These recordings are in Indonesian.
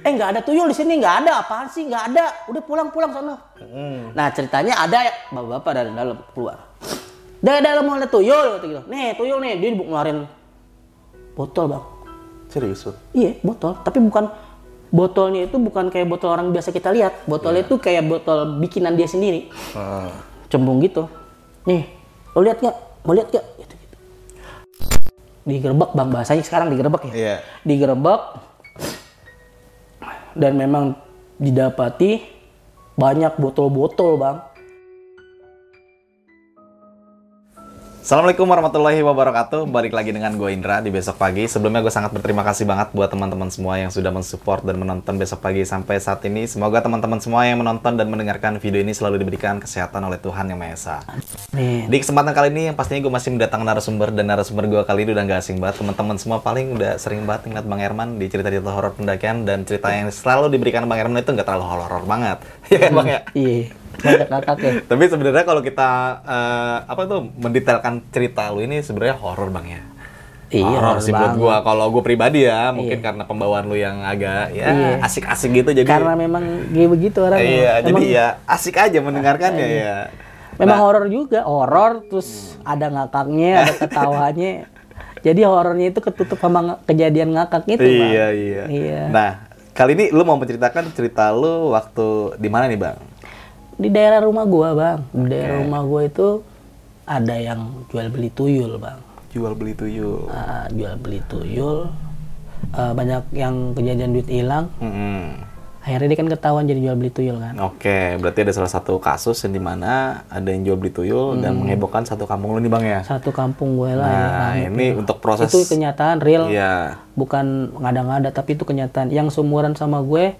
nggak ada tuyul di sini, nggak ada, apaan sih, nggak ada, udah pulang sana. Nah ceritanya ada ya bapak-bapak dari dalam keluar, dari dalam mau ada tuyul gitu. Nih tuyul nih, dia ngeluarin botol bang. Serius tuh? Iya botol, tapi bukan botolnya itu bukan kayak botol orang biasa kita lihat, botolnya itu kayak botol bikinan dia sendiri, cembung gitu. Nih, lo lihat nggak? Mau lihat nggak? Gitu. Digerebek bang, bahasanya sekarang digerebek ya. Iya. Digerebek dan memang didapati banyak botol-botol bang. Assalamualaikum warahmatullahi wabarakatuh. Balik lagi dengan gue Indra di Besok Pagi. Sebelumnya gue sangat berterima kasih banget buat teman-teman semua yang sudah mensupport dan menonton Besok Pagi sampai saat ini. Semoga teman-teman semua yang menonton dan mendengarkan video ini selalu diberikan kesehatan oleh Tuhan Yang Maha Esa. Di kesempatan kali ini yang pastinya gue masih mendatangkan narasumber, dan narasumber gue kali ini udah gak asing banget. Teman-teman semua paling udah sering banget ngeliat Bang Herman di cerita-cerita horor pendakian, dan cerita yang selalu diberikan Bang Herman itu gak terlalu horor banget. Iya kan Bang ya? Iya. Banyak ngakak ya. Tapi sebenarnya kalau kita mendetailkan cerita lu ini sebenarnya horor Bang ya. Iya, horor sih buat gua. Kalau gua pribadi ya, mungkin karena pembawaan lu yang agak asik-asik gitu, jadi karena memang kayak begitu orang. Iya, jadi ya asik aja mendengarkannya ya. Memang horor juga, horor terus ada ngakaknya, ada ketawanya. Jadi horornya itu ketutup sama kejadian ngakak itu, Bang. Iya. Nah, kali ini lu mau menceritakan cerita lu waktu di mana nih, Bang? Di daerah rumah gua, Bang. Di daerah rumah gua itu ada yang jual beli tuyul, Bang. Jual beli tuyul. Jual beli tuyul. Banyak yang kejadian duit hilang. Akhirnya dia kan ketahuan jadi jual beli tuyul kan. Oke, berarti ada salah satu kasus yang dimana ada yang jual beli tuyul dan menghebohkan satu kampung lu nih Bang ya. Satu kampung gue lah. Nah, ya, ini untuk proses itu kenyataan real. Iya. Bukan ngada-ngada, tapi itu kenyataan. Yang seumuran sama gue,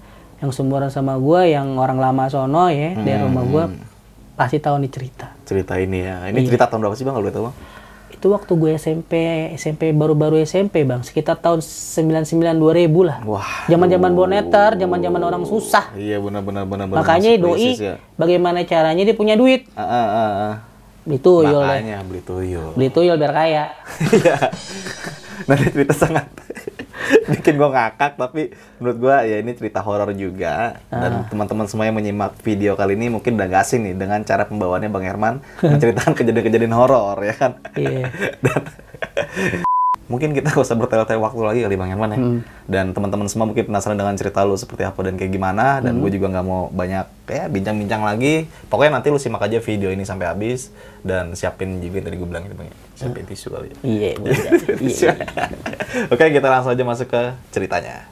yang orang lama sono ya, dari rumah gue pasti tahu nih cerita. Cerita ini ya. Ini cerita tahun berapa sih Bang kalau boleh tahu Bang? Itu waktu gue SMP baru-baru SMP Bang, sekitar tahun 99-2000 lah. Wah. Zaman-zaman boneter, zaman-zaman orang susah. Iya benar. Makanya doi bagaimana caranya dia punya duit. Beli tuyul. Makanya beli tuyul. Beli tuyul biar kaya. Iya. Nah, cerita sangat bikin gue ngakak, tapi menurut gue ya ini cerita horor juga. Dan teman-teman semua yang menyimak video kali ini mungkin udah gak asing nih dengan cara pembawaannya Bang Herman menceritakan kejadian-kejadian horor ya kan. Iya. Dan mungkin kita gak usah bertele-tele waktu lagi kali Bang Herman ya. Dan teman-teman semua mungkin penasaran dengan cerita lu seperti apa dan kayak gimana. Dan gue juga gak mau banyak kayak bincang-bincang lagi. Pokoknya nanti lu simak aja video ini sampai habis. Dan siapin juga yang tadi gue bilang gitu Bang ya. Siapin tisu kali ya. Iya. Oke, kita langsung aja masuk ke ceritanya.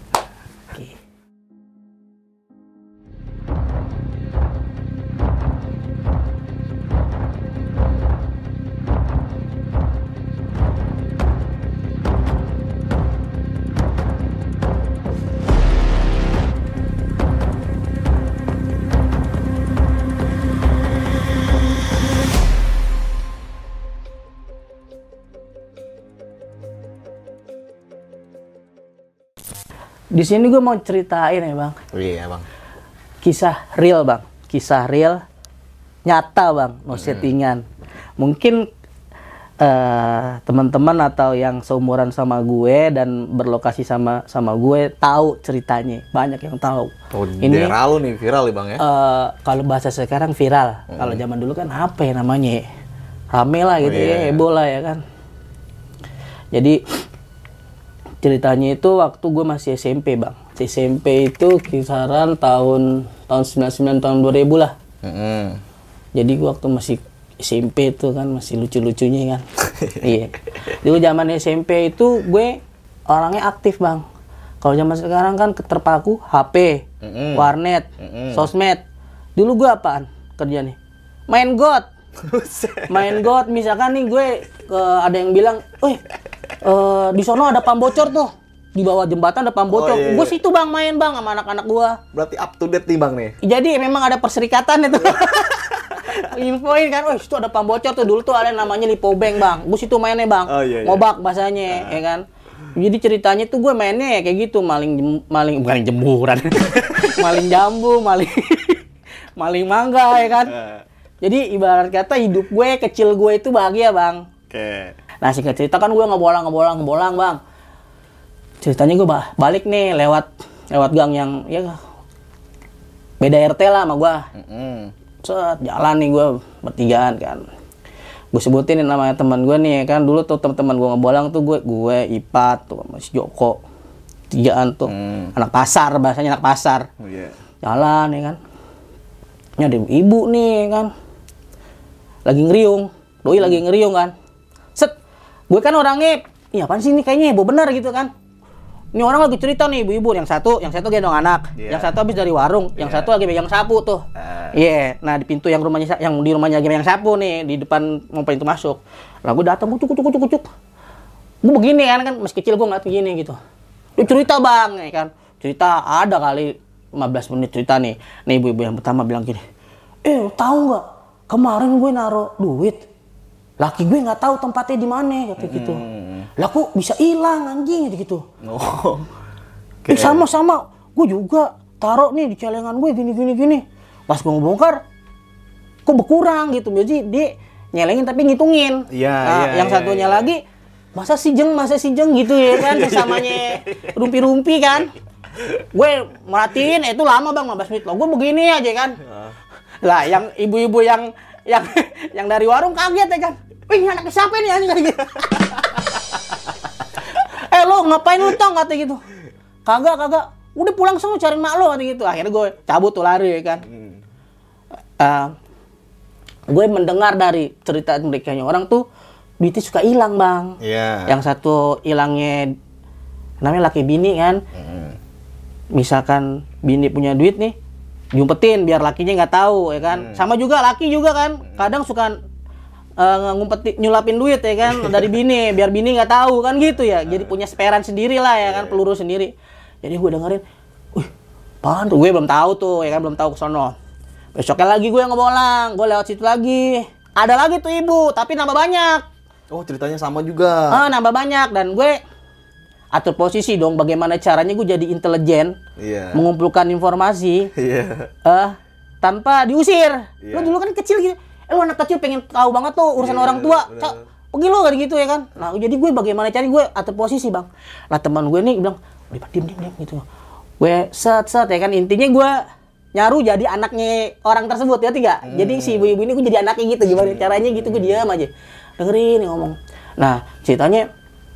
Di sini gue mau ceritain ya Bang. Iya Bang. Kisah real Bang. Kisah real nyata Bang, no settingan. Mungkin teman-teman atau yang seumuran sama gue dan berlokasi sama gue tahu ceritanya. Banyak yang tahu. Oh, ini viral nih, viral ya Bang ya. Kalau bahasa sekarang viral. Kalau zaman dulu kan apa ya namanya? Rame lah gitu heboh lah ya kan. Jadi ceritanya itu waktu gue masih SMP Bang. SMP itu kisaran tahun 99 tahun 2000 lah. Jadi gue waktu masih SMP itu kan masih lucu-lucunya kan. Iya. Dulu zaman SMP itu gue orangnya aktif Bang. Kalau zaman sekarang kan terpaku HP, warnet, sosmed. Dulu gue apaan kerjanya? Main God. Main God, misalkan nih gue ada yang bilang, di sono ada pam bocor tuh, di bawah jembatan ada pam bocor. Gue situ Bang main Bang sama anak-anak gue. Berarti up to date nih Bang nih. Jadi memang ada perserikatan itu. Infoin kan, situ ada pam bocor tuh. Dulu tuh ada yang namanya Lipobeng Bang. Gue situ mainnya Bang. Ngobak bahasanya, ya kan. Jadi ceritanya tuh gue mainnya kayak gitu, maling bukan jemuran. Maling jambu, maling mangga ya kan. Jadi ibarat kata hidup gue kecil gue itu bahagia Bang. Oke. Nah singkat cerita kan gue ngebolang Bang. Ceritanya gue balik nih lewat lewat gang yang ya beda RT lah sama gue. Set, jalan nih gue bertigaan kan. Gue sebutin namanya teman gue nih kan, dulu tuh teman-teman gue ngebolang tuh gue Ipat tuh masih Joko, tigaan tuh anak pasar, bahasanya anak pasar. Jalan ya kan, ini ada ibu nih kan lagi ngeriung, doi lagi ngeriung kan. Set, gue kan orangnya iya apaan sih ini kayaknya heboh bener gitu kan. Ini orang lagi cerita nih ibu-ibu, yang satu gendong anak, yang satu habis dari warung, yang satu lagi megang sapu tuh. Nah di pintu yang rumahnya, yang di rumahnya lagi megang sapu nih, di depan mau pintu masuk. Lah gue datang, kucuk. Gue begini kan masih kecil gue ngeliat begini gitu. Dia cerita bang, ya kan. Cerita ada kali 15 menit cerita nih. Nih ibu-ibu yang pertama bilang gini, tahu nggak? Kemarin gue naruh duit, laki gue nggak tahu tempatnya di mana kata gitu. Lah kok bisa hilang anjing gitu. Sama-sama, gue juga taruh nih di celengan gue gini. Pas gue ngebongkar, kok berkurang gitu. Jadi dia nyelengin tapi ngitungin. Yang satunya lagi, masa si jeng gitu ya kan, samanya rumpi-rumpi kan. Gue merhatiin, itu lama bang 15 menit loh. Gue begini aja kan. Lah yang ibu-ibu yang dari warung kaget ya kan. Wih, anaknya siapa nih anjing gitu. Lo ngapain lu tong kata gitu. Kagak. Udah pulang semua cari mak lo kata gitu. Akhirnya gue cabut tuh lari ya kan. Gue mendengar dari cerita mereka orang tuh duitnya suka hilang bang. Yang satu hilangnya namanya laki bini kan. Misalkan bini punya duit nih, diumpetin biar lakinya nggak tahu ya kan. Sama juga laki juga kan. Kadang suka nyulapin duit ya kan dari bini biar bini nggak tahu kan gitu ya. Jadi punya speran sendiri lah ya kan, peluru sendiri. Jadi gue dengerin, apaan tuh, gue belum tahu tuh ya kan, belum tahu kesono. Besoknya lagi gue ngebolang, gue lewat situ lagi, ada lagi tuh ibu tapi nambah banyak. Oh ceritanya sama juga. Nambah banyak dan gue atur posisi dong, bagaimana caranya gue jadi intelijen, mengumpulkan informasi tanpa diusir. Lo dulu kan kecil gitu. Lo anak kecil pengen tahu banget tuh urusan orang tua. Pergi lo kayak gitu ya kan. Nah, jadi gue bagaimana cari, gue atur posisi, Bang. Nah, teman gue nih bilang, "Udah, diam gitu." Gue set ya kan, intinya gue nyaru jadi anaknya orang tersebut ya tiga. Jadi si ibu-ibu ini gue jadi anaknya gitu. Gimana caranya gitu, gue diam aja. Dengerin ngomong. Nah, ceritanya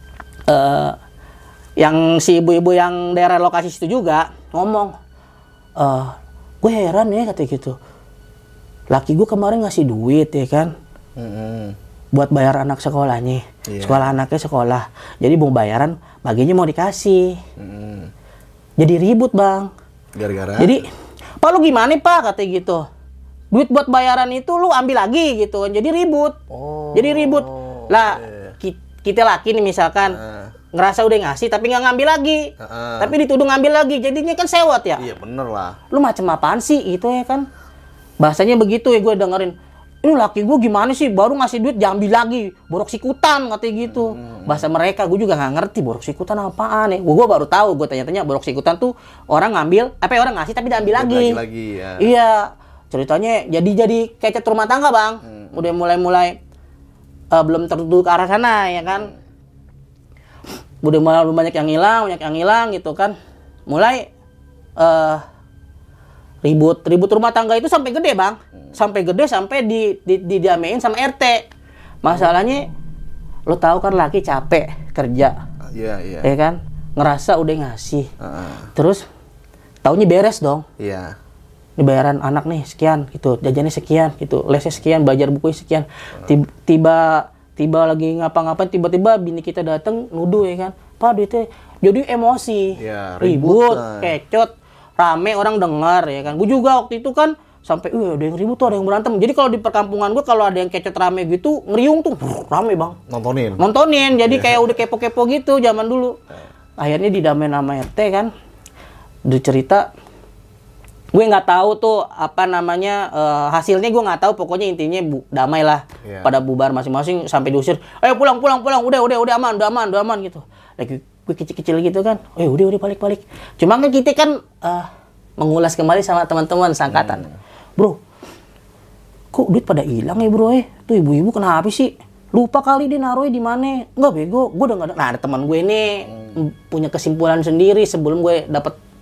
yang si ibu-ibu yang daerah lokasi situ juga ngomong, gue heran ya katanya gitu. Laki gue kemarin ngasih duit ya kan, buat bayar anak sekolahnya, sekolah anaknya sekolah. Jadi mau bayaran, baginya mau dikasih. Jadi ribut bang. Gara-gara? Jadi, "Pak lu gimana pak?" katanya gitu. "Duit buat bayaran itu lu ambil lagi gitu kan." Jadi ribut. Lah kita laki nih misalkan ngerasa udah ngasih tapi nggak ngambil lagi, tapi dituduh ngambil lagi, jadinya kan sewot ya. Iya bener lah. Lu macam apaan sih gitu ya kan? Bahasanya begitu ya, gue dengerin. Ini laki gue gimana sih, baru ngasih duit diambil lagi, borok sikutan katanya gitu. Bahasa mereka gue juga nggak ngerti borok sikutan apaan ya. Gue baru tahu, gue tanya-tanya borok sikutan tuh orang ngambil, orang ngasih tapi diambil lagi. Ya. Iya, ceritanya jadi kecet rumah tangga bang. Udah mulai belum tertuju ke arah sana ya kan. Udah mulai banyak yang hilang gitu kan. Mulai ribut rumah tangga itu sampai gede bang, sampai didamein sama RT. Masalahnya lo tahu kan laki capek kerja, ya kan, ngerasa udah ngasih, terus taunya beres dong. Ini bayaran anak nih sekian gitu, jajannya sekian gitu, lesnya sekian, belajar bukunya sekian. Tiba lagi ngapa-ngapain, tiba-tiba bini kita datang nuduh ya kan, "Pak duitnya." Jadi emosi, ribut, kecot. Rame orang dengar ya kan. Gue juga waktu itu kan sampai ada yang ribut tuh, ada yang berantem. Jadi kalau di perkampungan gue kalau ada yang kecet rame gitu, ngeriung tuh rame bang. Nontonin. Jadi kayak udah kepo-kepo gitu zaman dulu. Akhirnya didamain sama RT kan. Dicerita. Gue nggak tahu tuh apa namanya hasilnya, gue nggak tahu. Pokoknya intinya damai lah. Pada bubar masing-masing sampai diusir. "Ayo pulang. Udah aman gitu." Lagi gue kecil-kecil gitu kan, udah balik. Cuma kan kita kan mengulas kembali sama teman-teman sangkatan. "Bro, kok duit pada hilang ya bro tuh ibu-ibu kenapa sih? Lupa kali dia naruhnya di mana?" "Enggak bego, gue udah nggak ada." Nah ada teman gue ini punya kesimpulan sendiri sebelum gue dapat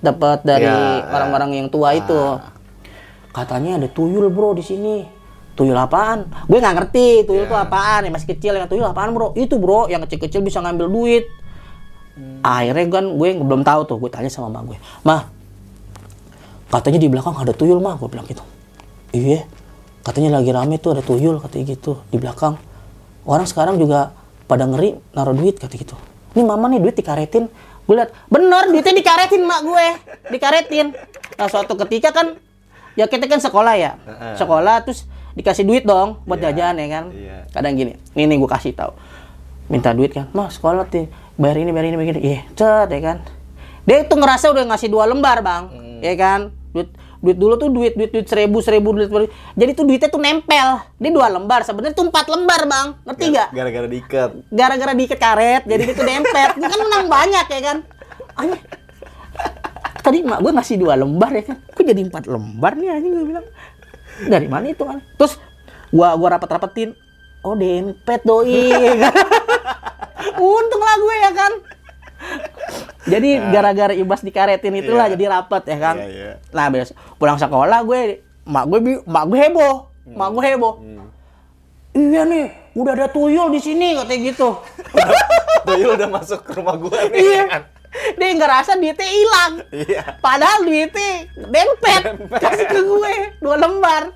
dapat dari orang-orang yang tua itu. Katanya ada tuyul bro di sini. Tuyul apaan? Gue nggak ngerti tuyul itu apaan. Yang masih kecil, yang tuyul apaan bro? Itu bro, yang kecil-kecil bisa ngambil duit. Akhirnya kan gue belum tahu tuh. Gue tanya sama mak gue, mah, katanya di belakang ada tuyul mah. Gue bilang gitu. Iya, katanya lagi rame tuh ada tuyul, katanya gitu di belakang. Orang sekarang juga pada ngeri naruh duit, katanya gitu. Ini mama nih duit dikaretin. Gue liat, bener duitnya dikaretin mak gue, dikaretin. Nah suatu ketika kan, ya kita kan sekolah ya, sekolah terus dikasih duit dong buat jajan ya kan. Kadang gini, nih gue kasih tahu, minta duit kan, mas sekolah tuh bayar ini, iya, cet ya kan. Dia tuh ngerasa udah ngasih 2 lembar bang, ya kan. Duit dulu tuh duit 1000 duit. Jadi tuh duitnya tuh nempel. Dia 2 lembar, sebenarnya tuh 4 lembar bang, ngerti nggak? Gara-gara diikat. Gara-gara diikat karet, jadi dia tuh dempet. Dia kan menang banyak ya kan. Tadi mak gue ngasih 2 lembar ya kan, kok jadi 4 lembar nih anjing, gue bilang. Dari mana itu kan? Terus gua rapat-rapetin, oh dempet doi. Untung lah gue ya kan. Jadi gara-gara ibas dikaretin itulah jadi rapat ya kan. Nah biasa pulang sekolah gue, mak gue heboh. Iya nih, udah ada tuyul di sini katanya gitu. Tuyul udah masuk ke rumah gue nih. Iya. Dia ngerasa duitnya hilang. Padahal duitnya dempet. Kasih ke gue 2 lembar.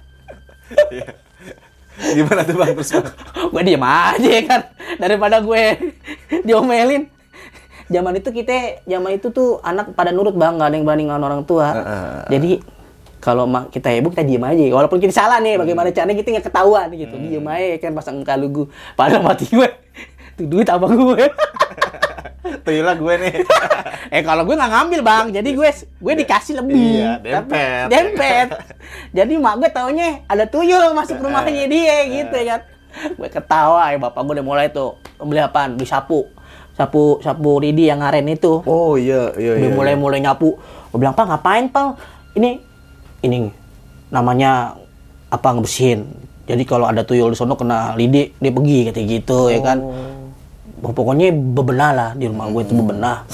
Gimana tuh bang terus bang? Gue diem aja kan, daripada gue diomelin. Zaman itu tuh anak pada nurut bang, nggak ada yang berani ngelawan orang tua. Jadi kalau kita heboh kita diem aja, walaupun kita salah nih, bagaimana caranya kita nggak ketahuan gitu. Diem aja kan, pasang muka lugu. Padahal mati gue, tuh duit apa gue? Tuyulnya gue nih. Kalau gue nggak ngambil bang, jadi gue dikasih lebih. Iya, dempet. Jadi mak gue taunya ada tuyul masuk rumahnya dia gitu ya. Gue ketawa, bapak gue udah mulai tuh beli apaan? Beli sapu Ridi yang aren itu. Oh iya. Udah mulai nyapu. Gue bilang, Pak ngapain Pak? Ini namanya apa, ngebersihin. Jadi kalau ada tuyul di sono kena lidi, dia pergi kayak gitu ya kan. Pokoknya bebenah lah di rumah gue itu bebenah.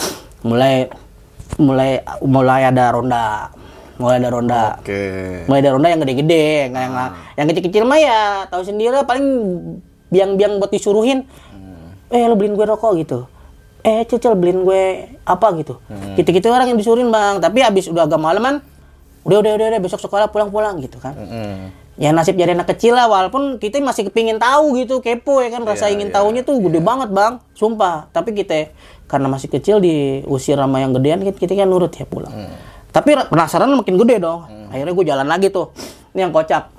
Mulai ada ronda. Mulai ada ronda yang gede-gede, yang kecil-kecil mah ya tahu sendiri, paling biang-biang buat disuruhin. Lu beliin gue rokok gitu. Cecil beliin gue apa gitu. Gitu-gitu orang yang disuruhin bang. Tapi abis udah agak malaman, udah besok sekolah pulang gitu kan. Ya nasib jadi anak kecil lah, walaupun kita masih kepingin tahu gitu, kepo ya kan, rasa ingin tahunya tuh gede banget bang, sumpah. Tapi kita karena masih kecil diusir sama yang gedean, kita kan nurut ya pulang. Tapi penasaran makin gede dong. Akhirnya gue jalan lagi tuh, ini yang kocak.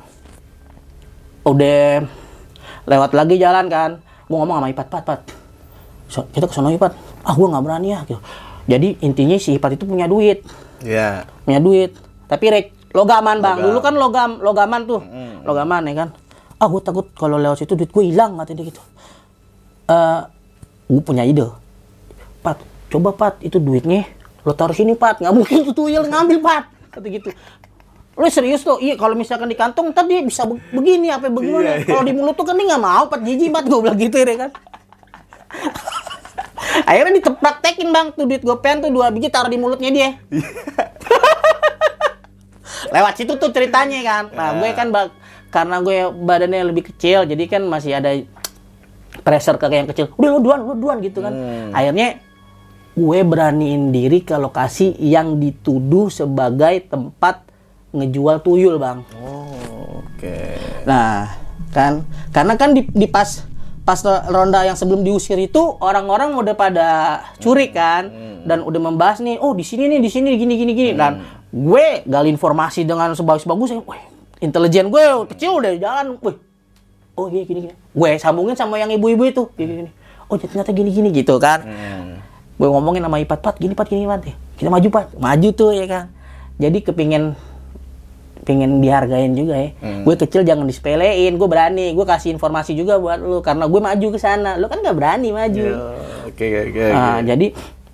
Udah lewat lagi jalan kan, gue ngomong sama Ipat, Pat, kita kesana Ipat. Gue nggak berani ya. Gitu. Jadi intinya si Ipat itu punya duit. Punya duit, tapi logaman bang, dulu kan logaman tuh, logaman ya kan. Gue takut kalau lewat situ duit gue hilang, katanya gitu. Gue punya ide, Pat, coba Pat, itu duitnya lo taruh sini Pat, nggak mungkin tuh tuyul ngambil Pat, kata gitu. Lo serius tuh? Iya, kalau misalkan di kantong tadi bisa begini apa bagaimana? Kalau di mulut tuh kan dia nggak mau Pat, jijik Pat, gue bilang gitu ya kan. Akhirnya ditepraktekin bang, tuh duit gopean tuh 2 biji taruh di mulutnya dia. Lewat situ tuh ceritanya kan. Nah gue kan karena gue badannya lebih kecil, jadi kan masih ada pressure ke yang kecil. Udah lu duluan gitu kan. Akhirnya gue beraniin diri ke lokasi yang dituduh sebagai tempat ngejual tuyul bang. Nah kan, karena kan di pas ronda yang sebelum diusir itu orang-orang udah pada curi kan, dan udah membahas nih, di sini gini. Dan gue gali informasi dengan sebagus-bagusnya. Intelijen gue kecil udah jalan. Gini. Gue sambungin sama yang ibu-ibu itu. Gini. Ternyata gini gitu kan. Gue ngomongin sama Ipat, Pat, gini Pat. Kita maju Pat. Maju tuh ya kan. Jadi pengen dihargain juga ya. Gue kecil jangan disepelein, gue berani, gue kasih informasi juga buat lu karena gue maju ke sana. Lu kan nggak berani maju. Jadi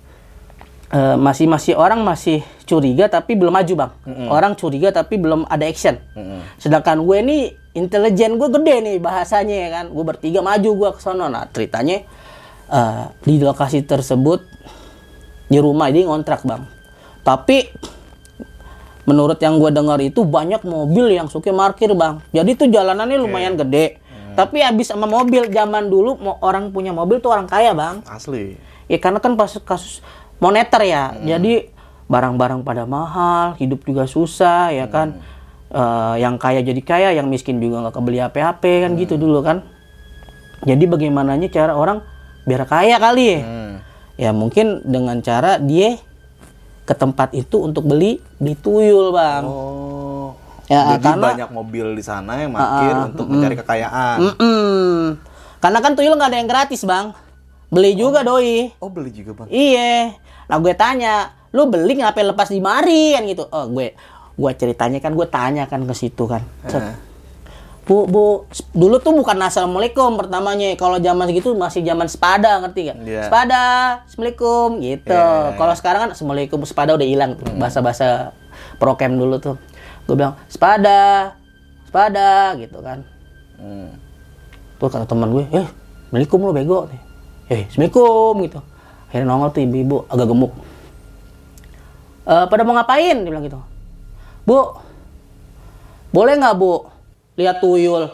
masih orang masih curiga tapi belum maju bang. Orang curiga tapi belum ada action. Sedangkan gue nih intelijen gue gede nih bahasanya ya kan. Gue bertiga maju gue ke sana. Nah ceritanya di lokasi tersebut di rumah ini ngontrak bang. Tapi menurut yang gue dengar itu banyak mobil yang suka parkir bang. Jadi tuh jalanannya lumayan gede. Tapi habis sama mobil. Zaman dulu orang punya mobil tuh orang kaya bang. Asli. Ya karena kan pas kasus moneter ya. Jadi barang-barang pada mahal, hidup juga susah ya kan. Yang kaya jadi kaya, yang miskin juga nggak kebeli HP-HP kan gitu dulu kan. Jadi bagaimananya cara orang biar kaya kali ya. Ya mungkin dengan cara dia ke tempat itu untuk beli tuyul bang. Oh. Ya, Jadi karena banyak mobil di sana yang parkir untuk mencari kekayaan. Karena kan tuyul nggak ada yang gratis bang. Beli juga doi. Oh beli juga bang. Iya. Nah gue tanya, lu beli ngapain lepas di mari kan gitu. Oh gue ceritanya kan gue tanya kan ke situ kan. Bu, dulu tuh bukan assalamualaikum pertamanya. Kalau zaman segitu masih zaman sepada, ngerti gak? Yeah. Sepada, assalamualaikum gitu. Yeah. Kalau sekarang kan assalamualaikum, sepada udah hilang. Bahasa-bahasa prokem dulu tuh. Gue bilang sepada gitu kan. Tuh kata teman gue, assalamualaikum lo bego nih. Assalamualaikum gitu. Akhirnya nongol tuh ibu-ibu agak gemuk. Pada mau ngapain? Dia bilang gitu. Bu, boleh nggak bu lihat tuyul?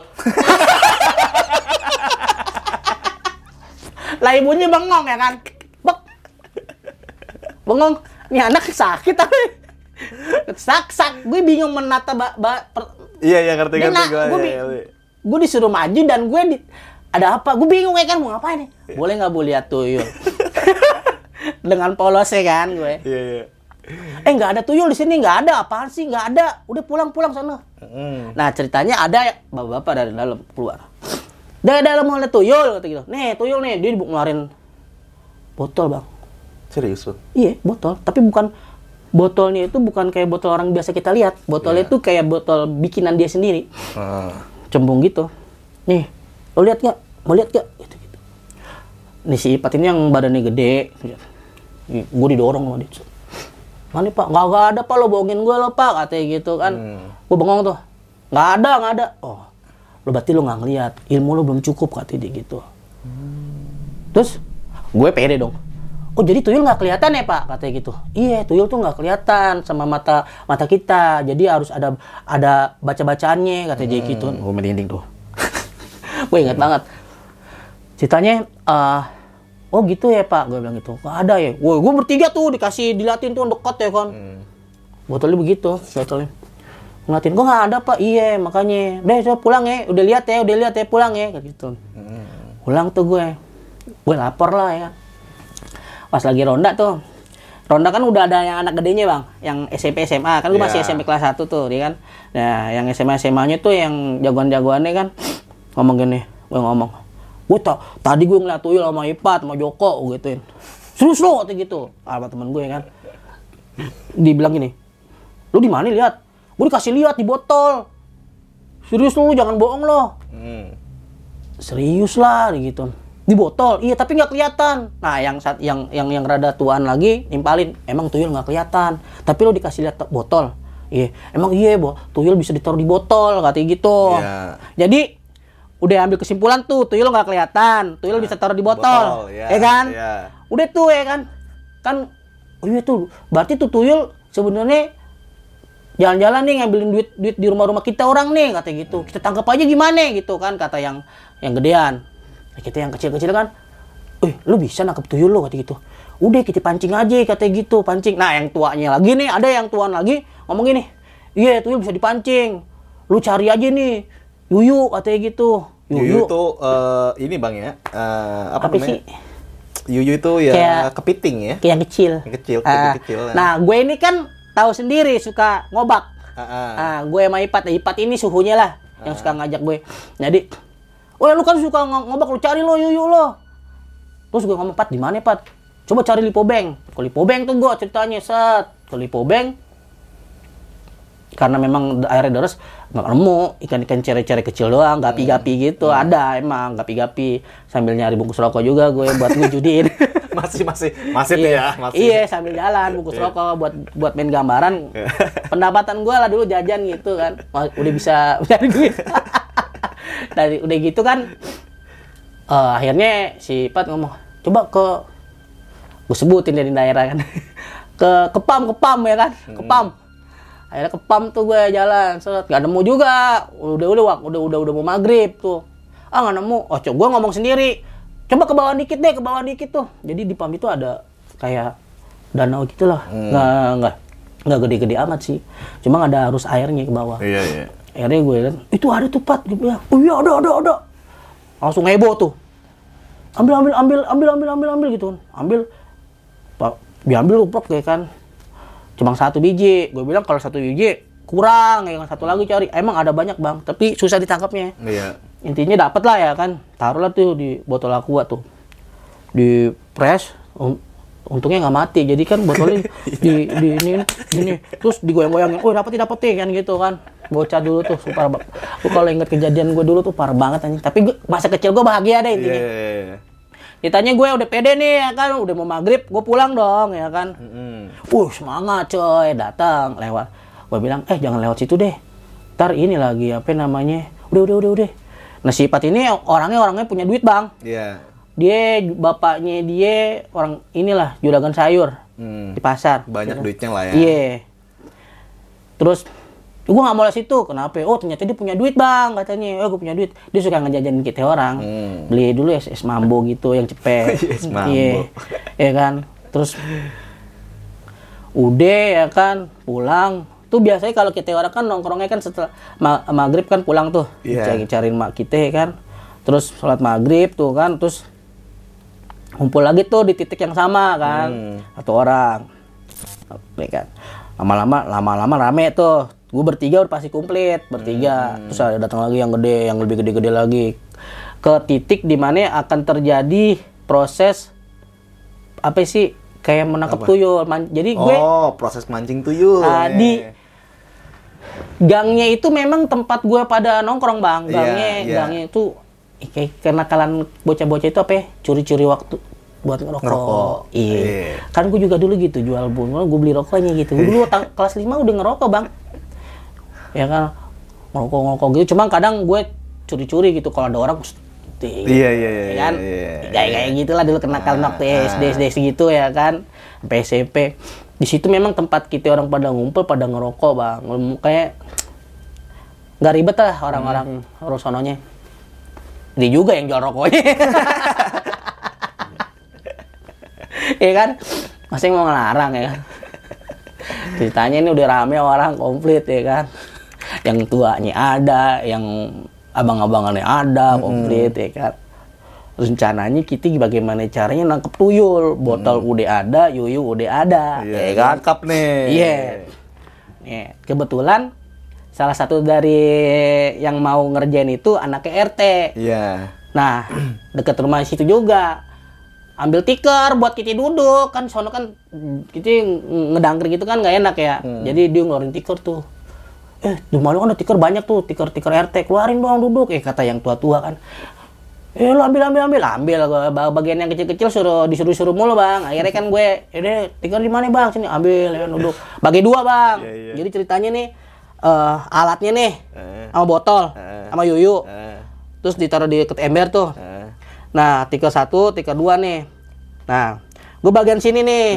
Lah ibunya bengong ya kan? Bengong. Ini anak sakit tapi sak. Gue bingung menata Iya ngerti gue. Gue disuruh maju dan ada apa? Gue bingung ya kan mau ngapain nih? Boleh nggak bu lihat tuyul? Dengan polosnya kan gue. Iya. Nggak ada tuyul di sini, nggak ada. Apaan sih? Nggak ada. Udah pulang sana. Nah ceritanya ada ya bapak-bapak dari dalam keluar. Dari dalam mau lihat tuyul kata gitu. Nih tuyul nih, dia ngeluarin botol bang. Serius bang? Iya botol, tapi bukan botolnya itu bukan kayak botol orang biasa kita lihat. Botolnya itu kayak botol bikinan dia sendiri. Cembung gitu. Nih, lo lihat nggak? Mau lihat nggak? Gitu. Nih si Ipat ini yang badannya gede. Gue didorong sama dia. Mana pak? Nggak ada pak, lo bohongin gue lo pak, katanya gitu kan. Gue bengong tuh. Nggak ada. Oh, lo berarti lo nggak ngeliat. Ilmu lo belum cukup katanya dia gitu. Terus gue pede dong. Oh jadi tuyul nggak kelihatan ya pak, katanya gitu. Iya tuyul tuh nggak kelihatan sama mata kita. Jadi harus ada baca-bacaannya katanya dia gitu. Gue merinding tuh. Gue ingat banget. Ceritanya, oh gitu ya pak, gue bilang gitu. Nggak ada ya. Woi, gue bertiga tuh diliatin tuh dekat ya kan. Botolnya begitu, botolnya. Ngeliatin, gue nggak ada pak. Iya makanya. Udah pulang ya. Udah lihat ya, pulang ya. Kayak gitu. Pulang tuh gue lapar lah ya. Pas lagi ronda tuh. Ronda kan udah ada yang anak gedenya bang, yang SMP SMA kan gue masih SMP kelas 1 tuh, dia kan. Nah, yang SMA SMA-nya tuh yang jagoan-jagoannya kan ngomong gini, gue ngomong, tadi gue ngeliat tuyul sama Ipat, sama Joko gituin. Serius lo katanya gitu, sama temen gue kan. Dibilang gini, lu di mana lihat? Gue dikasih lihat di botol. Serius lu jangan bohong lo. Serius lah gitu. Di botol, iya tapi nggak kelihatan. Nah yang rada tuaan lagi nimpalin, emang tuyul nggak kelihatan, tapi lo dikasih lihat botol. Iya, emang iya tuyul bisa ditaruh di botol katanya gitu. Jadi udah ambil kesimpulan tuh, tuyul nggak kelihatan, tuyul bisa taruh di botol, ya kan? Udah tuh ya kan, oh iya tuh, berarti tuh tuyul sebenarnya jalan-jalan nih ngambilin duit di rumah-rumah kita orang nih katanya gitu. Kita tangkap aja gimana gitu kan, kata yang gedean. Kita yang kecil-kecil kan, lu bisa nangkep tuyul lo kata gitu. Udah kita pancing aja katanya gitu, pancing. Nah yang tuanya lagi nih, ada yang tuan lagi ngomong gini, iya tuyul bisa dipancing, lu cari aja nih yuyu katanya gitu. Yuyu itu ini bang ya, apa namanya? Sih? Yuyu itu ya kayak kepiting ya? Kayak yang kecil. Kecil. Nah gue ini kan tahu sendiri suka ngobak. Gue sama Ipat ini suhunya lah yang suka ngajak gue. Jadi lu kan suka ngobak, lu cari lo yuyu lo. Terus gue ngomong, Pat, di mana Pat? Coba cari Lipo Beng. Ke Lipo Beng tuh gue ceritanya, ke Lipo Beng. Karena memang airnya deras, nggak nemu ikan-ikan cere-cere kecil doang, gapi-gapi gitu. Ada emang gapi-gapi. Sambil nyari bungkus rokok juga gue buat ngejudiin. masih iya, ya, masih. Iya, sambil jalan bungkus rokok buat main gambaran. Pendapatan gue lah dulu jajan gitu kan. Udah bisa cari duit. Dari udah gitu kan akhirnya si Pat ngomong, coba gue sebutin dari daerah kan. Kepam ya kan, Kepam. Akhirnya Kepam tuh gue jalan, set, nggak nemu juga. Udah mau maghrib tuh. Nggak nemu. Oh, coba gue ngomong sendiri. Coba ke bawah dikit tuh. Jadi di Pam itu ada kayak danau gitulah. Nggak gede-gede amat sih. Cuma ada arus airnya ke bawah. Iya. Akhirnya gue bilang, itu ada tuh Pat. Gue bilang, oh iya ada. Langsung heboh tuh. Ambil gitu. Ambil. Diambil luprok kayak kan. Cuma 1 biji. Gue bilang kalau 1 biji kurang, ya kan 1 lagi cari. Emang ada banyak bang, tapi susah ditangkapnya. Iya. Intinya dapet lah ya kan. Taruhlah tuh di botol aqua tuh. Di press. Untungnya nggak mati. Jadi kan botolnya di ini. Terus digoyang-goyangin. Oh dapet kan gitu kan. Bocah dulu tuh super. Gue kalau inget kejadian gue dulu tuh parah banget anjing. Tapi masa kecil gue bahagia deh intinya. Yeah. Ditanya gue udah pede nih ya kan, udah mau maghrib, gue pulang dong ya kan. Semangat coy, datang lewat. Gue bilang, jangan lewat situ deh. Ntar ini lagi apa namanya? Udah. Nah si Pat ini orangnya punya duit bang. Iya. Dia bapaknya dia orang inilah juragan sayur di pasar. Banyak duitnya lah ya. Iya. Terus gue nggak mau lewat situ, kenapa? Oh ternyata dia punya duit bang, katanya. Gue punya duit. Dia suka ngejajanin kita orang. Beli dulu es mambo gitu yang cepet. Es mambo. Iya, ya kan. Terus udah ya kan, pulang. Tuh biasanya kalau kita orang kan nongkrongnya kan setelah maghrib kan pulang tuh, cariin mak kita kan. Terus sholat maghrib tuh kan, terus kumpul lagi tuh di titik yang sama kan, 1 orang. Ya kan. Lama-lama rame tuh. Gue bertiga udah pasti komplit, bertiga. Terus ada datang lagi yang gede, yang lebih gede-gede lagi. Ke titik di mana akan terjadi proses apa sih? Kayak menangkap tuyul. Jadi gue proses mancing tuyul. Di gangnya itu memang tempat gue pada nongkrong, Bang. Gangnya itu kayak kenakalan bocah-bocah itu apa ya? Curi-curi waktu buat ngerokok. Iya. Kan gue juga dulu gitu jual bunga, gue beli rokoknya gitu. Gue dulu kelas 5 udah ngerokok, Bang. Ya kan, ngerokok gitu. Cuma kadang gue curi-curi gitu kalau ada orang. Iya. Kan? Kayak gitulah dulu kenakalan waktu SD segitu ya kan. Sampai SMP. Di situ memang tempat kita orang pada ngumpul, pada ngerokok, Bang. Kayak nggak ribet lah orang-orang sononya. Dia juga yang jual rokoknya. Iya kan? Masih mau ngelarang ya kan? Ceritanya ini udah rame orang komplit ya kan? Yang tuanya ada, yang abang-abangannya ada, komplit ya kan? Rencananya kita bagaimana caranya nangkep tuyul. Botol udah ada, yuyu udah ada. Ya kan? Nangkep nih. Iya. Nih, kebetulan salah satu dari yang mau ngerjain itu anaknya RT. Iya. Nah, dekat rumah situ juga. Ambil tikar buat kita duduk. Kan sono kan kita ngedangker gitu kan nggak enak ya. Jadi dia ngeluarin tikar tuh. Di rumah lu kan ada tikar banyak tuh. Tikar RT. Keluarin doang duduk. Kata yang tua-tua kan. Lu ambil. Bagian yang kecil-kecil disuruh mulu, Bang. Akhirnya kan gue, tikar di mana, Bang? Sini ambil, ya, duduk. Bagi 2, Bang. Yeah. Jadi ceritanya nih, alatnya nih, sama botol, sama yuyu. Terus ditaruh di deket ember tuh. Nah, tikar 1, tikar 2 nih. Nah, gue bagian sini nih.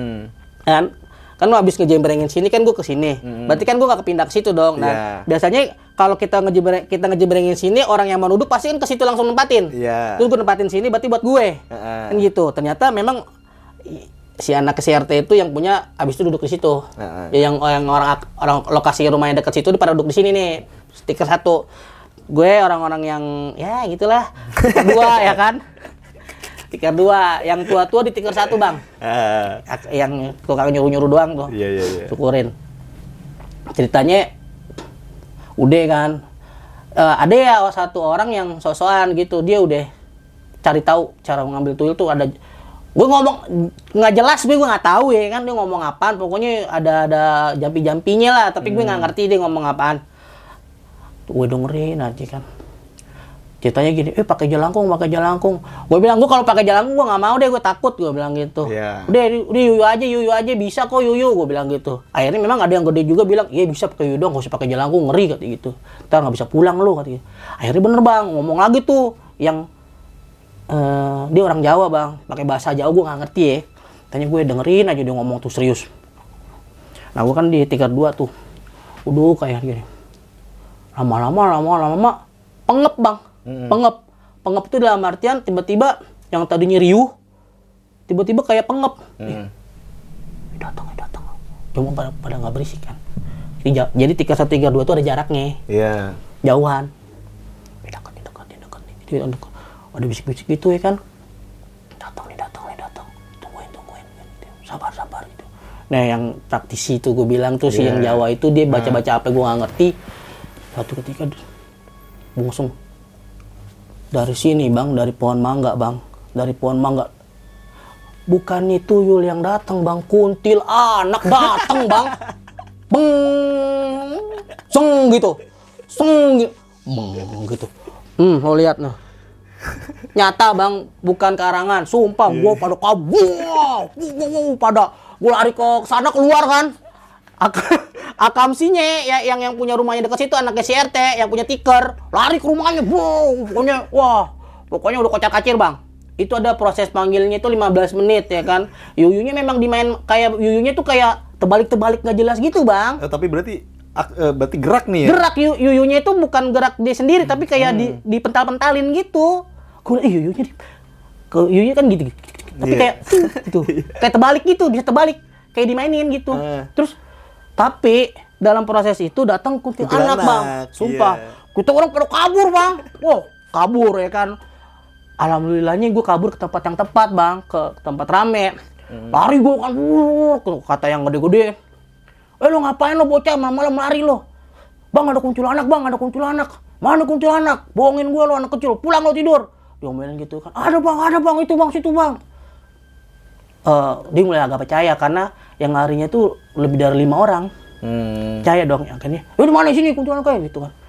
Kan lu abis ngejembrengin sini kan gue ke sini. Berarti kan gue gak kepindah ke situ dong. Nah, biasanya kalau kita ngejembrengin sini, orang yang mau duduk pasti kan ke situ langsung nempatin. Terus gue nempatin sini berarti buat gue. Kan gitu. Ternyata memang si anak CRT itu yang punya abis itu duduk di situ. Yang orang lokasi rumahnya dekat situ pada duduk di sini nih. Stiker 1. Gue orang-orang yang ya gitulah. Kedua ya kan. Tikar 2, yang tua-tua di tikar 1, Bang. Yang tukang nyuruh-nyuruh doang tuh. Iya. Syukurin. Ceritanya udah kan. Ada ya satu orang yang sosokan gitu. Dia udah cari tahu cara mengambil tuyul tuh ada. Gue ngomong nggak jelas, gue nggak tahu ya kan dia ngomong apaan. Pokoknya ada jampi-jampinya lah. Tapi gue nggak ngerti dia ngomong apaan. Gue dengerin aja kan. Ceritanya gini, pakai jelangkung. Gue bilang, gue kalau pakai jelangkung gue nggak mau deh, gue takut, gue bilang gitu. Udah yuyu aja, bisa kok yuyu, gue bilang gitu. Akhirnya memang ada yang gede juga bilang, iya bisa pakai yuyu dong, gak usah pakai jelangkung, ngeri katanya gitu. Ntar nggak bisa pulang lu katanya. Akhirnya bener, Bang, ngomong lagi tuh yang dia orang Jawa, Bang, pakai bahasa Jawa gue nggak ngerti ya. Tanya gue dengerin aja dia ngomong tuh serius. Nah gue kan di tingkat 2 tuh. Udah kayak gini. Lama-lama pengep bang. Pengep itu dalam artian tiba-tiba yang tadinya riuh tiba-tiba kayak pengep. Datang. Cuma pada nggak berisik kan. Jadi tingkat 1, tingkat 2 tuh ada jaraknya. Iya. Jauhan. Dekat. Ada bisik-bisik gitu ya kan. Datang. Tungguin. Sabar gitu. Nah yang praktisi itu gue bilang tuh si yang Jawa itu dia baca-baca apa gue nggak ngerti. Suatu ketika bungsung dari sini bang, dari pohon mangga bang, bukannya tuyul yang datang bang, kuntil anak datang bang, seng gitu, gitu. Lo lihat noh, nyata bang, bukan karangan, sumpah gue pada kabur, pada gue lari ke sana keluar kan. Akamsinya ya yang punya rumahnya dekat situ anaknya si RT yang punya tiker lari ke rumahnya pokoknya udah kocar-kacir bang. Itu ada proses panggilnya itu 15 menit ya kan. Yuyunya memang dimain kayak yuyunya tuh kayak terbalik nggak jelas gitu bang. Tapi berarti gerak nih ya? Gerak yuyunya itu bukan gerak dia sendiri tapi kayak dipental-pentalin gitu. Gue yuyunya kan gitu. Tapi kayak gitu. Kayak terbalik gitu, bisa terbalik kayak dimainin gitu. Terus tapi dalam proses itu datang kuntilanak bang, sumpah. Kita orang pada kabur bang, kabur ya kan. Alhamdulillahnya gue kabur ke tempat yang tepat bang, ke tempat rame. Lari gue kan, kata yang gede-gede. Lo ngapain lo bocah malam-malam lari lo? Bang ada kuntilanak. Mana kuntilanak? Bohongin gue lo anak kecil, pulang lo tidur. Diomelin gitu kan. Ada bang, itu bang, situ bang. Dia mulai agak percaya karena yang larinya tuh lebih dari 5 orang. Percaya dong yang kan. Di mana sini kuntilanak kayak gitu kan.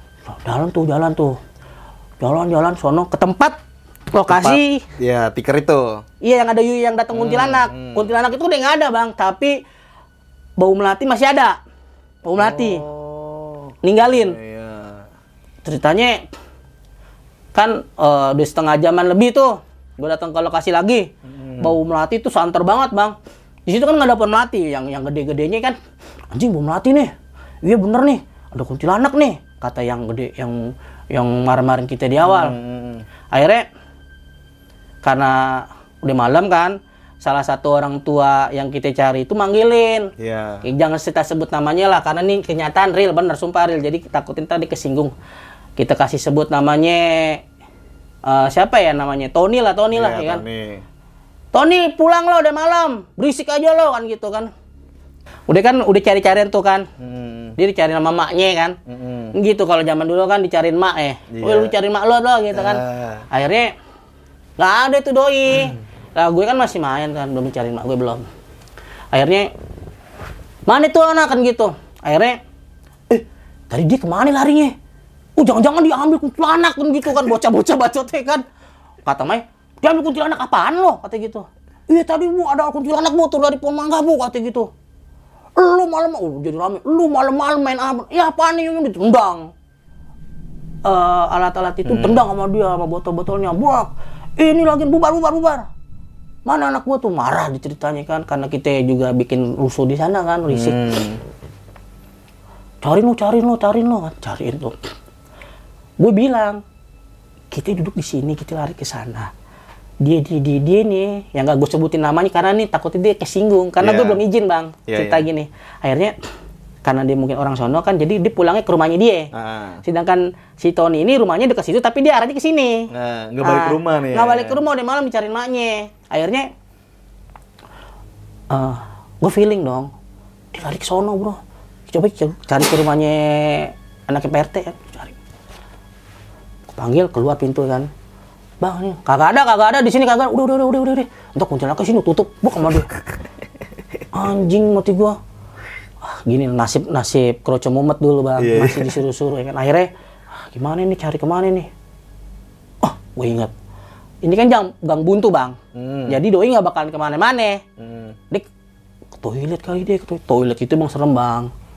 Jalan sono ke tempat lokasi. Ya, tiker itu. Iya yang ada Yuyu yang datang kuntilanak. Kuntilanak itu udah nggak ada bang, tapi bau melati masih ada. Bau melati. Ninggalin. Iya. Ceritanya kan udah setengah jaman lebih tuh. Gue datang ke lokasi lagi. Bau melati tuh santer banget bang. Di situ kan nggak ada pohon melati, yang gede-gedenya kan, anjing bau melati nih, iya bener nih, ada kuntilanak nih, kata yang gede, yang marah-marahin kita di awal. Akhirnya karena udah malam kan, salah satu orang tua yang kita cari itu manggilin, jangan kita sebut namanya lah, karena ini kenyataan real, bener sumpah real, jadi takutin tadi kesinggung. Kita kasih sebut namanya siapa ya namanya, Tony lah ya kan. Tony pulang lo udah malam, berisik aja lo kan gitu kan. Udah cari-carian tuh kan. Dia dicari sama maknya kan. Gitu kalau zaman dulu kan dicariin mak lu cariin mak lo gitu kan. Akhirnya nggak ada tuh doi. Lah gue kan masih main kan, belum cariin mak gue belum. Akhirnya mana tuh anak kan gitu. Akhirnya tadi dia kemana larinya? Jangan-jangan diambil kuntilanak kan gitu kan, bocah-bocah bacotnya kan. Kata Mai, dia ambil kuntilanak apaan lo? Kata gitu. Iya tadi bu ada kuntilanak bu tuh dari pohon mangga bu, kata gitu. Lu malam jadi rame. Lu malam-malam main apa? Ya apaan nih yang ditendang? Alat-alat itu tendang sama dia sama botol-botolnya. Buak. Ini lagi bubar. Mana anak gua tuh marah diceritanya kan karena kita juga bikin rusuh di sana kan, risik. Cariin lo. Gue bilang, kita duduk di sini, kita lari ke sana. Dia nih, yang gak gue sebutin namanya karena nih takutnya dia kesinggung. Karena gue belum izin bang, cerita gini. Akhirnya, karena dia mungkin orang sono kan, jadi dia pulangnya ke rumahnya dia. Sedangkan si Tony ini rumahnya dekat situ, tapi dia arahnya ke sini. Nggak balik ke rumah nih. Nggak balik ke rumah, udah malam dicariin maknya. Akhirnya, gue feeling dong, dia lari ke sono bro. Coba cari ke rumahnya anaknya PRT ya, cari. Panggil keluar pintu kan, bang nih kagak ada di sini kagak, udah untuk kuntilanak ke sini tutup, buk sama dia. Anjing mati gua. Gini nasib kroco mumet dulu bang, masih disuruh-suruh ya kan. Akhirnya gimana nih, cari kemana nih? Gue ingat ini kan gang buntu bang, jadi doi nggak bakalan kemana-mana. Dia ke toilet kali dia, toilet itu bang serem bang.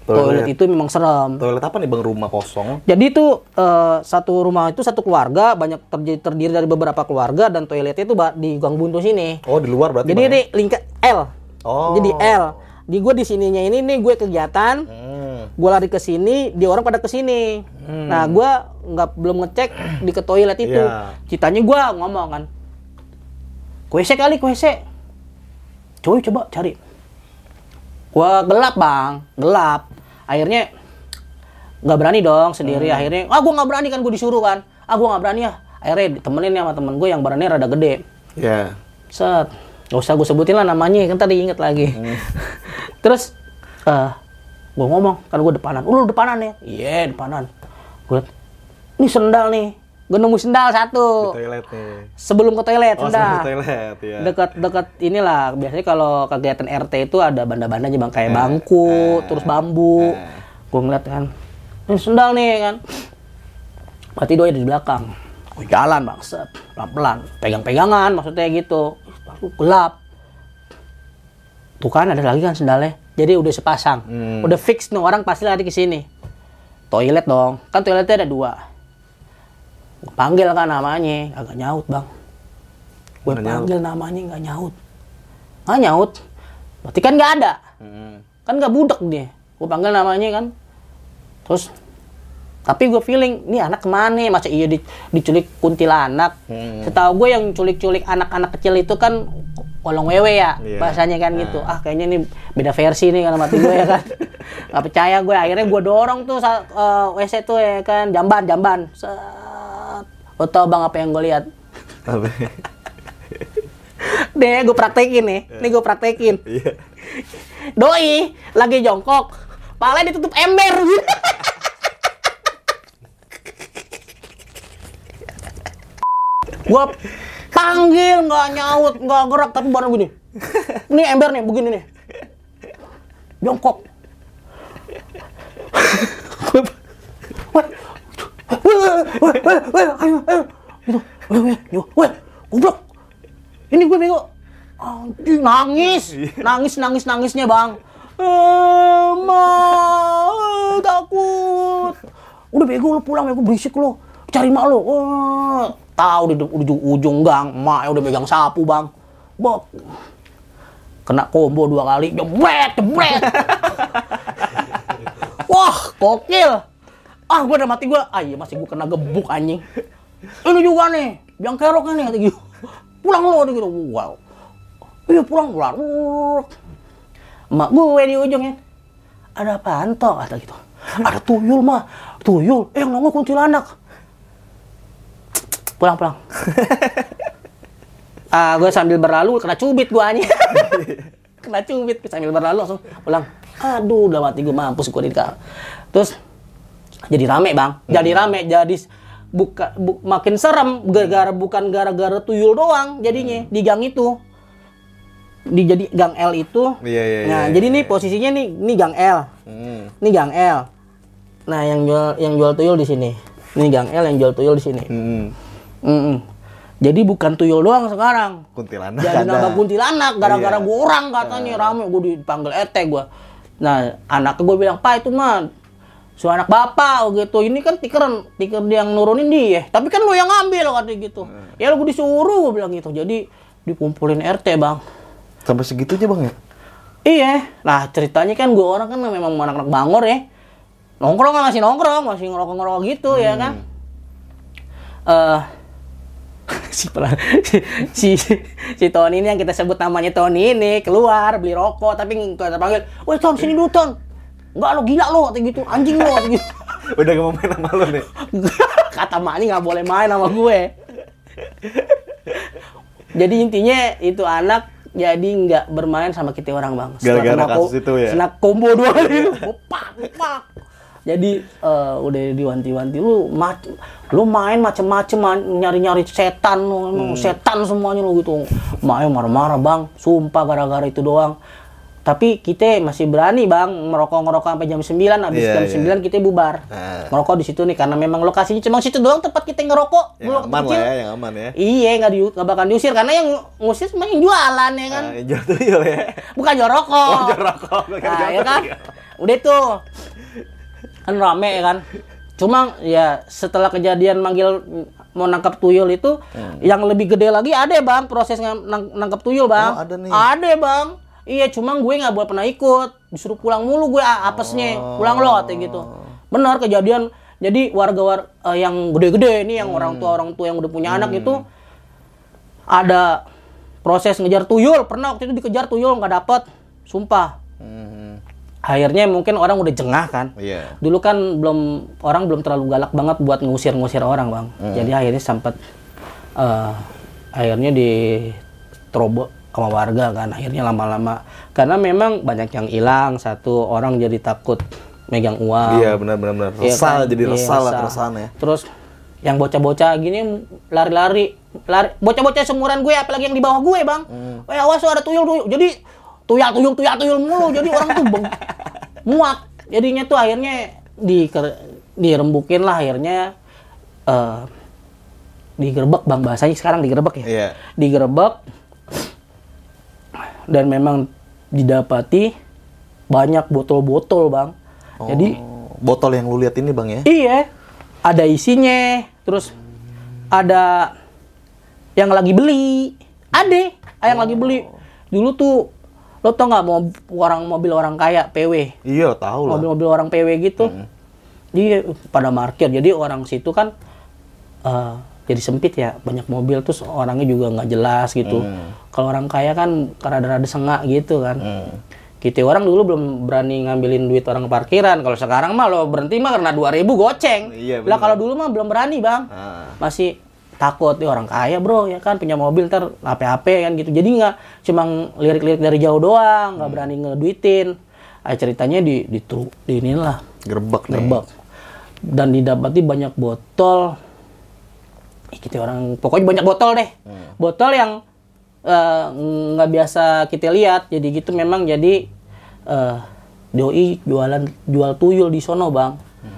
Toilet itu memang serem. Toilet apa nih bang? Rumah kosong? Jadi itu satu rumah itu satu keluarga, banyak terdiri dari beberapa keluarga dan toiletnya itu di Gang Buntu sini. Oh di luar berarti? Jadi ini lingkar L. Oh. Jadi L. Di gue di sininya ini nih gue kegiatan. Gue lari ke sini, dia orang pada ke sini. Nah gue belum ngecek di ke toilet itu. Citanya gue ngomong kan, WC kali, WC. Coba cari. Gua gelap bang, gelap. Akhirnya nggak berani dong sendiri. Akhirnya, gua nggak berani kan, gue disuruh kan. Gua nggak berani ya. Akhirnya ditemenin sama temen gue yang badannya rada gede. Iya. Set, nggak usah gue sebutin lah namanya, kan tadi inget lagi. Terus, gue ngomong, kan gue depanan. Lu depanan ya? Iya depanan. Gue liat, ini sendal nih. Gue nemu sendal satu. Di toilet nih. Sebelum ke toilet, sendal. sendal. Sebelum ke toilet, ya. Dekat inilah. Biasanya kalau kegiatan RT itu ada banda-banda aja bang, kayak bangku, terus bambu. Gue ngeliat kan, ini sendal nih kan. Berarti doi ada di belakang. Gue jalan bang, set, pelan-pelan, pegang-pegangan, maksudnya gitu. Gelap. Tuh kan ada lagi kan sendalnya. Jadi udah sepasang, udah fix nih orang pasti lari ke sini. Toilet dong, kan toiletnya ada 2. Gue panggil kan namanya, agak nyaut bang. Gue panggil namanya nggak nyaut. Nggak nyaut. Berarti kan nggak ada. Kan nggak budek dia. Gue panggil namanya kan. Terus, tapi gue feeling, ini anak kemana? Masa iya diculik kuntilanak? Setahu gue yang culik-culik anak-anak kecil itu kan kolong wewe ya, bahasanya kan gitu. Kayaknya ini beda versi nih kan mati gue ya kan. Nggak percaya gue. Akhirnya gue dorong tuh WC tuh ya kan, jamban. Lo tau bang apa yang gue lihat? Apa? Deh, gue praktekin nih. Nih gue praktekin. Doi lagi jongkok, palanya ditutup ember. Gue panggil nggak nyaut, nggak gerak tapi baru gini. Ini ember nih, begini nih. Jongkok. Ayo, goblok. Ini gue bego. Anjing nangisnya bang. Takut. Udah bego lu pulang, bego berisik lu. Cari mak lu. Tahu di ujung gang, mak udah megang sapu bang. Bok. Kena combo 2 kali, jebret. Wah, gokil. Gue udah mati gue. Iya masih gue kena gebuk anjing. Ini juga nih, biang keroknya nih kata gitu. Pulang lo gitu. Wow. Iya pulang. Emak gue di ujungnya. Ada apaan toh kata gitu. Ada tuyul mah. Tuyul. Yang nongol kuntilanak. Pulang. Gue sambil berlalu kena cubit gue anjing. Kena cubit sambil berlalu langsung pulang. Aduh udah mati gue, mampus gue di kal. Terus jadi rame bang, jadi makin serem bukan gara-gara tuyul doang jadinya di gang itu. Jadi gang L itu. Nah, jadi nih posisinya nih gang L. Ini gang L. Nah, yang jual tuyul di sini. Ini gang L yang jual tuyul di sini. Jadi bukan tuyul doang sekarang. Kuntilanak. Jadi nambah kuntilanak gara-gara gue orang katanya rame, gue dipanggil ET gue. Nah, anaknya gue bilang, "Pak, itu mah anak bapak gitu. Ini kan tiker yang nurunin dia. Tapi kan lo yang ngambil katanya gitu." Ya lo gue disuruh gue bilang gitu. Jadi dikumpulin RT, Bang. Sampai segitunya, Bang ya? Iya. Nah, ceritanya kan gue orang kan memang anak-anak bangor ya. Nongkrong kan masih ngerokok gitu ya kan. Si Tony ini yang kita sebut namanya Tony ini keluar beli rokok tapi kita panggil, "Woi Ton, sini dulu Ton." "Enggak lo, gila lo," katanya gitu. "Anjing lo," katanya gitu. Udah gak mau main sama lo nih. Kata maknya nggak boleh main sama gue. Jadi intinya itu anak jadi nggak bermain sama kita orang, Bang. Gara-gara kasus itu ya? Senak combo 2 kali. Pak. Jadi udah diwanti-wanti lu main macem-macem nyari-nyari setan lu, setan semuanya lu gitu. Maknya marah-marah, Bang. Sumpah gara-gara itu doang. Tapi kita masih berani, Bang, ngerokok sampai jam 9, habis jam 9 kita bubar. Ngerokok di situ nih karena memang lokasinya cuma situ doang tempat kita ngerokok. Yang aman lah ya, yang aman ya. Iya, enggak bakal diusir karena yang ngusir cuma yang jualan ya kan. Jual tuyul ya. Bukan jual rokok. Oh, jual rokok. Nah, ya kan? udah tuh kan rame kan. Cuma ya setelah kejadian manggil mau nangkap tuyul itu, yang lebih gede lagi ada bang, proses nangkap tuyul bang. Oh, ada nih. Ada bang. Iya, cuma gue nggak boleh pernah ikut, disuruh pulang mulu gue apesnya, pulang lo katanya gitu. Benar kejadian. Jadi warga yang gede-gede ini, yang orang tua yang udah punya anak itu ada proses ngejar tuyul. Pernah waktu itu dikejar tuyul nggak dapet, sumpah. Akhirnya mungkin orang udah jengah kan. Iya. Dulu kan orang belum terlalu galak banget buat ngusir orang bang. Jadi akhirnya sempat akhirnya diterobos sama warga kan. Akhirnya lama-lama karena memang banyak yang hilang, satu orang jadi takut megang uang. Iya benar. Resah, jadi resah lah keresahannya. Terus yang bocah-bocah gini lari. Bocah-bocah seumuran gue, apalagi yang di bawah gue bang. Awas ada tuyul. Jadi tuyul mulu, jadi orang tuh muak. Jadinya tuh akhirnya dirembukin lah, akhirnya digerebek bang, bahasanya sekarang digerebek ya. Iya. Digerebek dan memang didapati banyak botol-botol bang. Jadi botol yang lu lihat ini bang ya? Iya, ada isinya, terus ada yang lagi beli, yang lagi beli. Dulu tuh lo tau nggak mobil orang kaya PW? Iya tahu lah. Mobil-mobil orang PW gitu. Dia pada parkir. Jadi orang situ kan jadi sempit ya, banyak mobil, terus orangnya juga nggak jelas gitu. Kalau orang kaya kan rada-rada sengak gitu kan. Kita orang dulu belum berani ngambilin duit orang parkiran. Kalau sekarang mah lo berhenti mah karena 2.000 goceng. Iya, lah kalau dulu mah belum berani bang. Masih takut nih orang kaya bro ya kan, punya mobil ntar HP kan gitu. Jadi nggak cuma lirik-lirik dari jauh doang, nggak berani ngeduitin. Ceritanya di inilah gerbek. Dan didapati banyak botol. Kita orang pokoknya banyak botol deh. Botol yang nggak biasa kita lihat. Jadi gitu memang jadi doi jual tuyul di sono bang.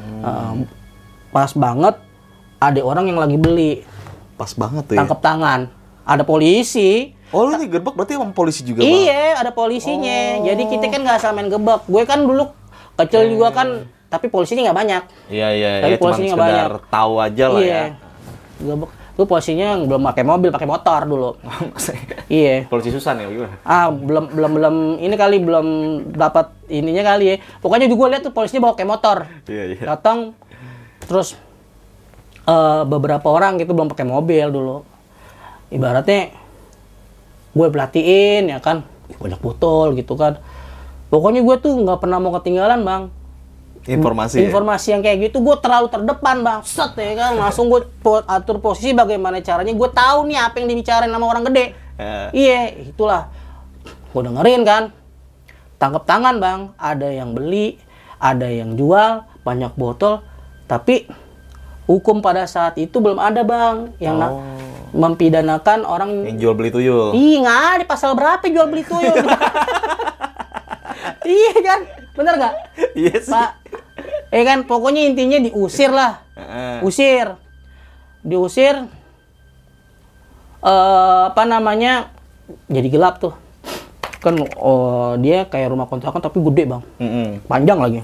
Pas banget ada orang yang lagi beli. Pas banget tuh tangkap tangan, ada polisi. Oh lu digerebek berarti emang polisi juga bang? Iya, ada polisinya. Jadi kita kan nggak asal main gebek. Gue kan dulu kecil juga kan, tapi polisinya nggak banyak. Iya. Tapi polisinya nggak banyak. Tahu aja lah ya. Gebek. Tuh polisinya belum pakai mobil, pakai motor dulu. Iya. Polisi Susan ya gimana? Belum ini kali belum dapat ininya kali ya. Pokoknya juga lihat tuh polisinya bawa kayak motor. Iya. Datang terus beberapa orang gitu belum pakai mobil dulu. Ibaratnya gue pelatihin ya kan, banyak botol gitu kan. Pokoknya gue tuh nggak pernah mau ketinggalan bang. Informasi yang kayak gitu gue terlalu terdepan bang. Set ya kan, langsung gue atur posisi bagaimana caranya. Gue tahu nih apa yang dibicarain sama orang gede. Iya, itulah. Gue dengerin kan. Tangkap tangan bang. Ada yang beli, ada yang jual, banyak botol. Tapi hukum pada saat itu belum ada bang yang mempidanakan orang yang jual beli tuyul. Ih, nggak ada pasal berapa jual beli tuyul. Iya kan, bener nggak? Iya sih. Pak, kan pokoknya intinya diusir lah, diusir. Apa namanya? Jadi gelap tuh. Kan dia kayak rumah kontrakan tapi gede bang, panjang lagi.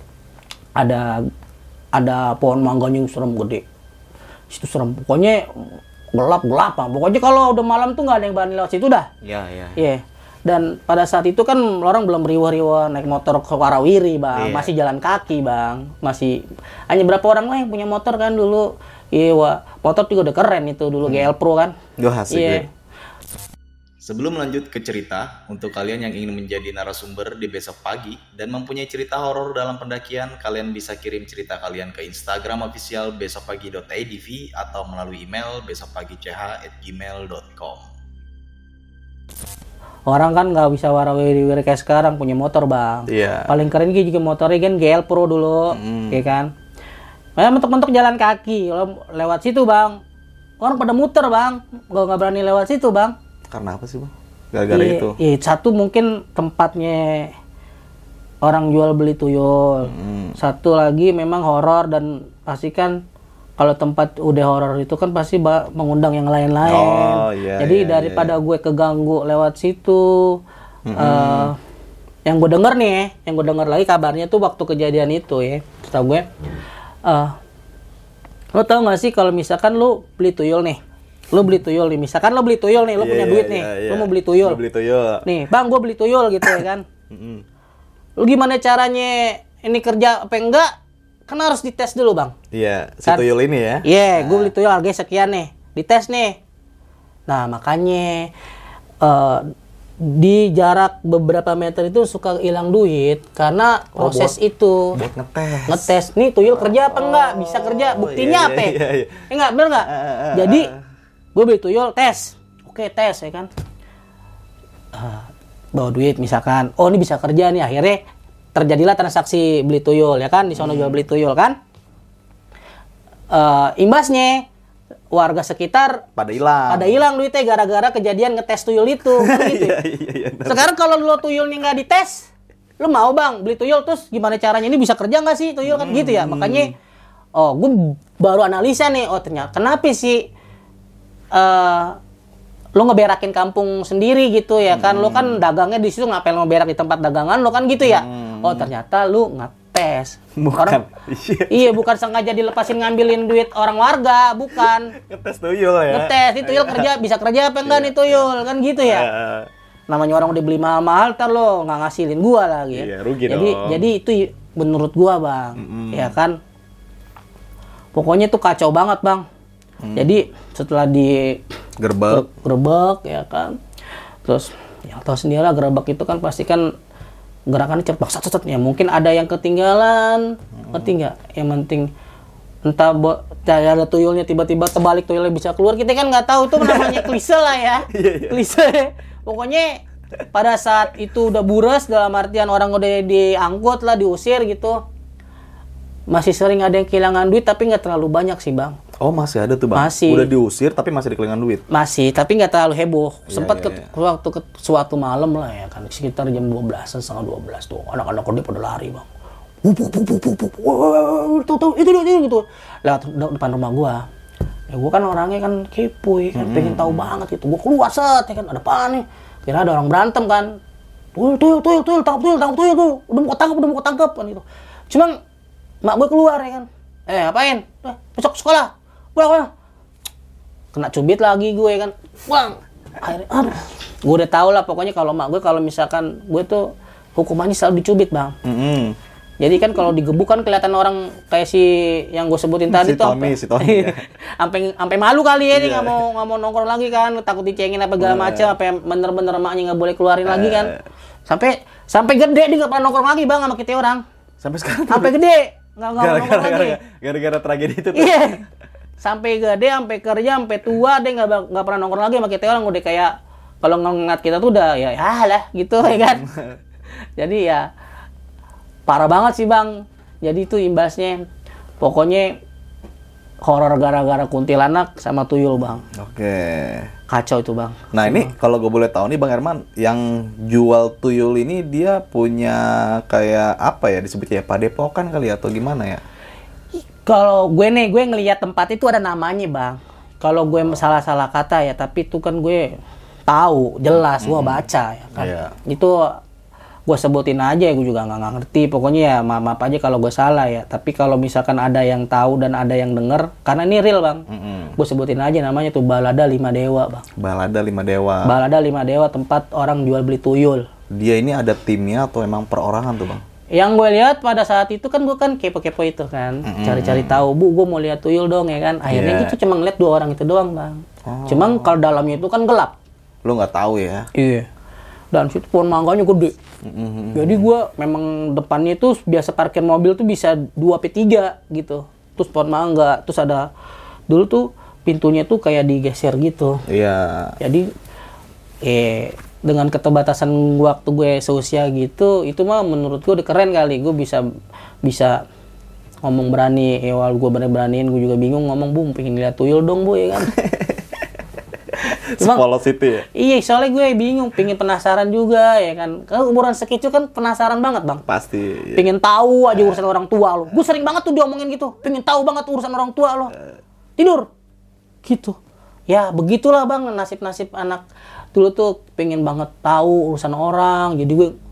Ada pohon mangganya yang serem gede. Situ serem. Pokoknya gelap bang. Pokoknya kalau udah malam tuh nggak ada yang berani lewat situ dah. Iya. Dan pada saat itu kan orang belum riwa-riwa naik motor ke Warawiri bang. Masih jalan kaki bang. Masih hanya berapa orang lah yang punya motor kan dulu. Iya, motor juga udah keren itu dulu GL Pro kan. Iya. Sebelum lanjut ke cerita, untuk kalian yang ingin menjadi narasumber di Besok Pagi dan mempunyai cerita horor dalam pendakian, kalian bisa kirim cerita kalian ke Instagram official besokpagi.idv atau melalui email besokpagi.ch@gmail.com. Orang kan nggak bisa warawiri kayak sekarang punya motor bang. Iya. Paling keren juga motornya kan GL Pro dulu, ya kan. Mentok-mentok jalan kaki, lewat situ bang. Orang pada muter bang, nggak berani lewat situ bang. Karena apa sih bang? Gara-gara itu? Iya, satu mungkin tempatnya orang jual beli tuyul. Satu lagi memang horor dan pasti kan kalau tempat udah horor itu kan pasti mengundang yang lain-lain. Jadi daripada gue keganggu lewat situ, yang gue denger nih, yang gue denger lagi kabarnya tuh waktu kejadian itu ya, setahu gue, lo tau gak sih kalau misalkan lo beli tuyul nih, misalkan lo beli tuyul nih, lo punya duit nih, lo mau beli tuyul, nih bang gue beli tuyul gitu ya kan, lo gimana caranya ini kerja apa enggak, kan harus dites dulu bang. Iya, si tuyul ini ya. Iya, gue beli tuyul harganya sekian nih, dites nih. Nah makanya di jarak beberapa meter itu suka hilang duit karena proses itu buat ngetes nih tuyul kerja apa enggak, bisa kerja, buktinya apa enggak, bener enggak? Jadi gue beli tuyul, tes, oke tes ya kan, bawa duit misalkan, oh ini bisa kerja nih, akhirnya terjadilah transaksi beli tuyul ya kan, di sono jual beli tuyul kan, imbasnya warga sekitar pada hilang duitnya gara-gara kejadian ngetes tuyul itu kan gitu. Iya, Sekarang kalau lo tuyulnya nggak dites, lo mau bang beli tuyul, terus gimana caranya ini bisa kerja nggak sih tuyul kan gitu ya. Makanya gue baru analisa nih, oh ternyata kenapa sih lo ngeberakin kampung sendiri gitu ya kan, lo kan dagangnya di situ, ngapain lo ngeberak di tempat dagangan lo kan gitu ya. Oh ternyata lo ngetes. Iya, bukan sengaja dilepasin ngambilin duit orang warga, bukan. Ngetes tuyul ya. Ngetes, ini tuyul kerja, bisa kerja apa enggak nih tuyul, kan gitu ya. Namanya orang udah beli mahal-mahal, ntar lo nggak ngasilin gua lagi ya. Iya, rugi dong. Jadi itu menurut gua bang, ya kan. Pokoknya tuh kacau banget bang. Jadi setelah di gerebek ya kan, terus yang tahu sendiri lah gerebek itu kan pasti kan gerakannya cepat, set ya, mungkin ada yang ketinggalan, ngerti nggak? Yang penting entah ada tuyulnya tiba-tiba terbalik, tuyulnya bisa keluar, kita kan nggak tahu, itu namanya klise lah ya. Klise. Pokoknya pada saat itu udah bures, dalam artian orang udah diangkut lah, diusir gitu, masih sering ada yang kehilangan duit, tapi nggak terlalu banyak sih bang. Oh masih ada tuh bang? Masih. Udah diusir tapi masih kehilangan duit? Masih, tapi nggak terlalu heboh. Sempat waktu ke suatu malam lah ya kan, sekitar jam 12, setengah 12 tuh, anak-anak gede pada lari bang. Itu gitu. Lewat depan rumah gua. Ya gua kan orangnya kan kepo ya kan, pengen tahu banget gitu. Gua keluar set ya kan, ada apaan nih? Kira ada orang berantem kan. Tuyul, tangkap tuyul tuh. Udah mau ketangkep kan gitu. Cuma mak gua keluar ya kan. Apain? Besok sekolah. Pulang. Kena cubit lagi gue kan. Pulang. Akhirnya gue udah tahu lah pokoknya kalau mak gue, kalau misalkan gue tuh hukumannya selalu dicubit bang. Jadi kan kalau digebuk kan kelihatan orang kayak si yang gue sebutin tadi tuh. Si Tony. Sampai malu kali ya, dia nggak mau nongkrong lagi kan, takut dicengin apa segala macam, apa bener-bener maknya nggak boleh keluarin lagi kan. Sampai gede dia nggak pernah nongkrong lagi bang sama kita orang. Sampai sekarang. Sampai gede nggak nongkrong lagi. Gara-gara tragedi itu. Iya. Sampai gede, sampai kerja, sampai tua dia nggak pernah nongkrong lagi sama kita orang. Udah kayak kalau ngengat kita tuh udah ya lah gitu ya kan. Jadi ya parah banget sih bang. Jadi itu imbasnya. Pokoknya horor gara-gara kuntilanak sama tuyul bang. Oke. Kacau itu bang. Nah ini kalau gue boleh tahu nih bang Herman, yang jual tuyul ini dia punya kayak apa ya, disebutnya padepokan kali atau gimana ya? Kalau gue ngelihat tempat itu ada namanya bang. Kalau gue salah kata ya, tapi itu kan gue tahu jelas, gue baca ya kan. Itu gue sebutin aja, gue juga nggak ngerti. Pokoknya ya maaf aja kalau gue salah ya. Tapi kalau misalkan ada yang tahu dan ada yang denger, karena ini real bang, gue sebutin aja namanya tuh Balada 5 Dewa bang. Balada 5 Dewa, tempat orang jual beli tuyul. Dia ini ada timnya atau emang perorangan tuh bang? Yang gue lihat pada saat itu kan gue kan kepo-kepo itu kan, cari-cari tahu, bu gue mau lihat tuyul dong ya kan. Akhirnya gitu cuma ngeliat 2 orang itu doang bang. Cuma kalau dalamnya itu kan gelap. Lo nggak tahu ya? Iya. Dan situ pohon mangganya gede. Jadi gue memang depannya itu biasa parkir mobil tuh bisa 2-3 gitu. Terus pohon mangga, terus ada dulu tuh pintunya tuh kayak digeser gitu. Iya. Jadi dengan keterbatasan waktu gue seusia gitu, itu mah menurut gue udah keren kali. Gue bisa ngomong berani. Awal gue beraniin, gue juga bingung ngomong, bu pengen lihat tuyul dong bu ya kan. Sepolos itu ya? Iya, soalnya gue bingung, pengen penasaran juga ya kan. Karena umuran segitu kan penasaran banget bang. Pasti. Ya. Pengen tahu aja urusan orang tua lo. Gue sering banget tuh diomongin gitu. Pengen tahu banget urusan orang tua lo. Tidur. Gitu. Ya begitulah bang, nasib-nasib anak dulu tuh pengen banget tahu urusan orang. Jadi gue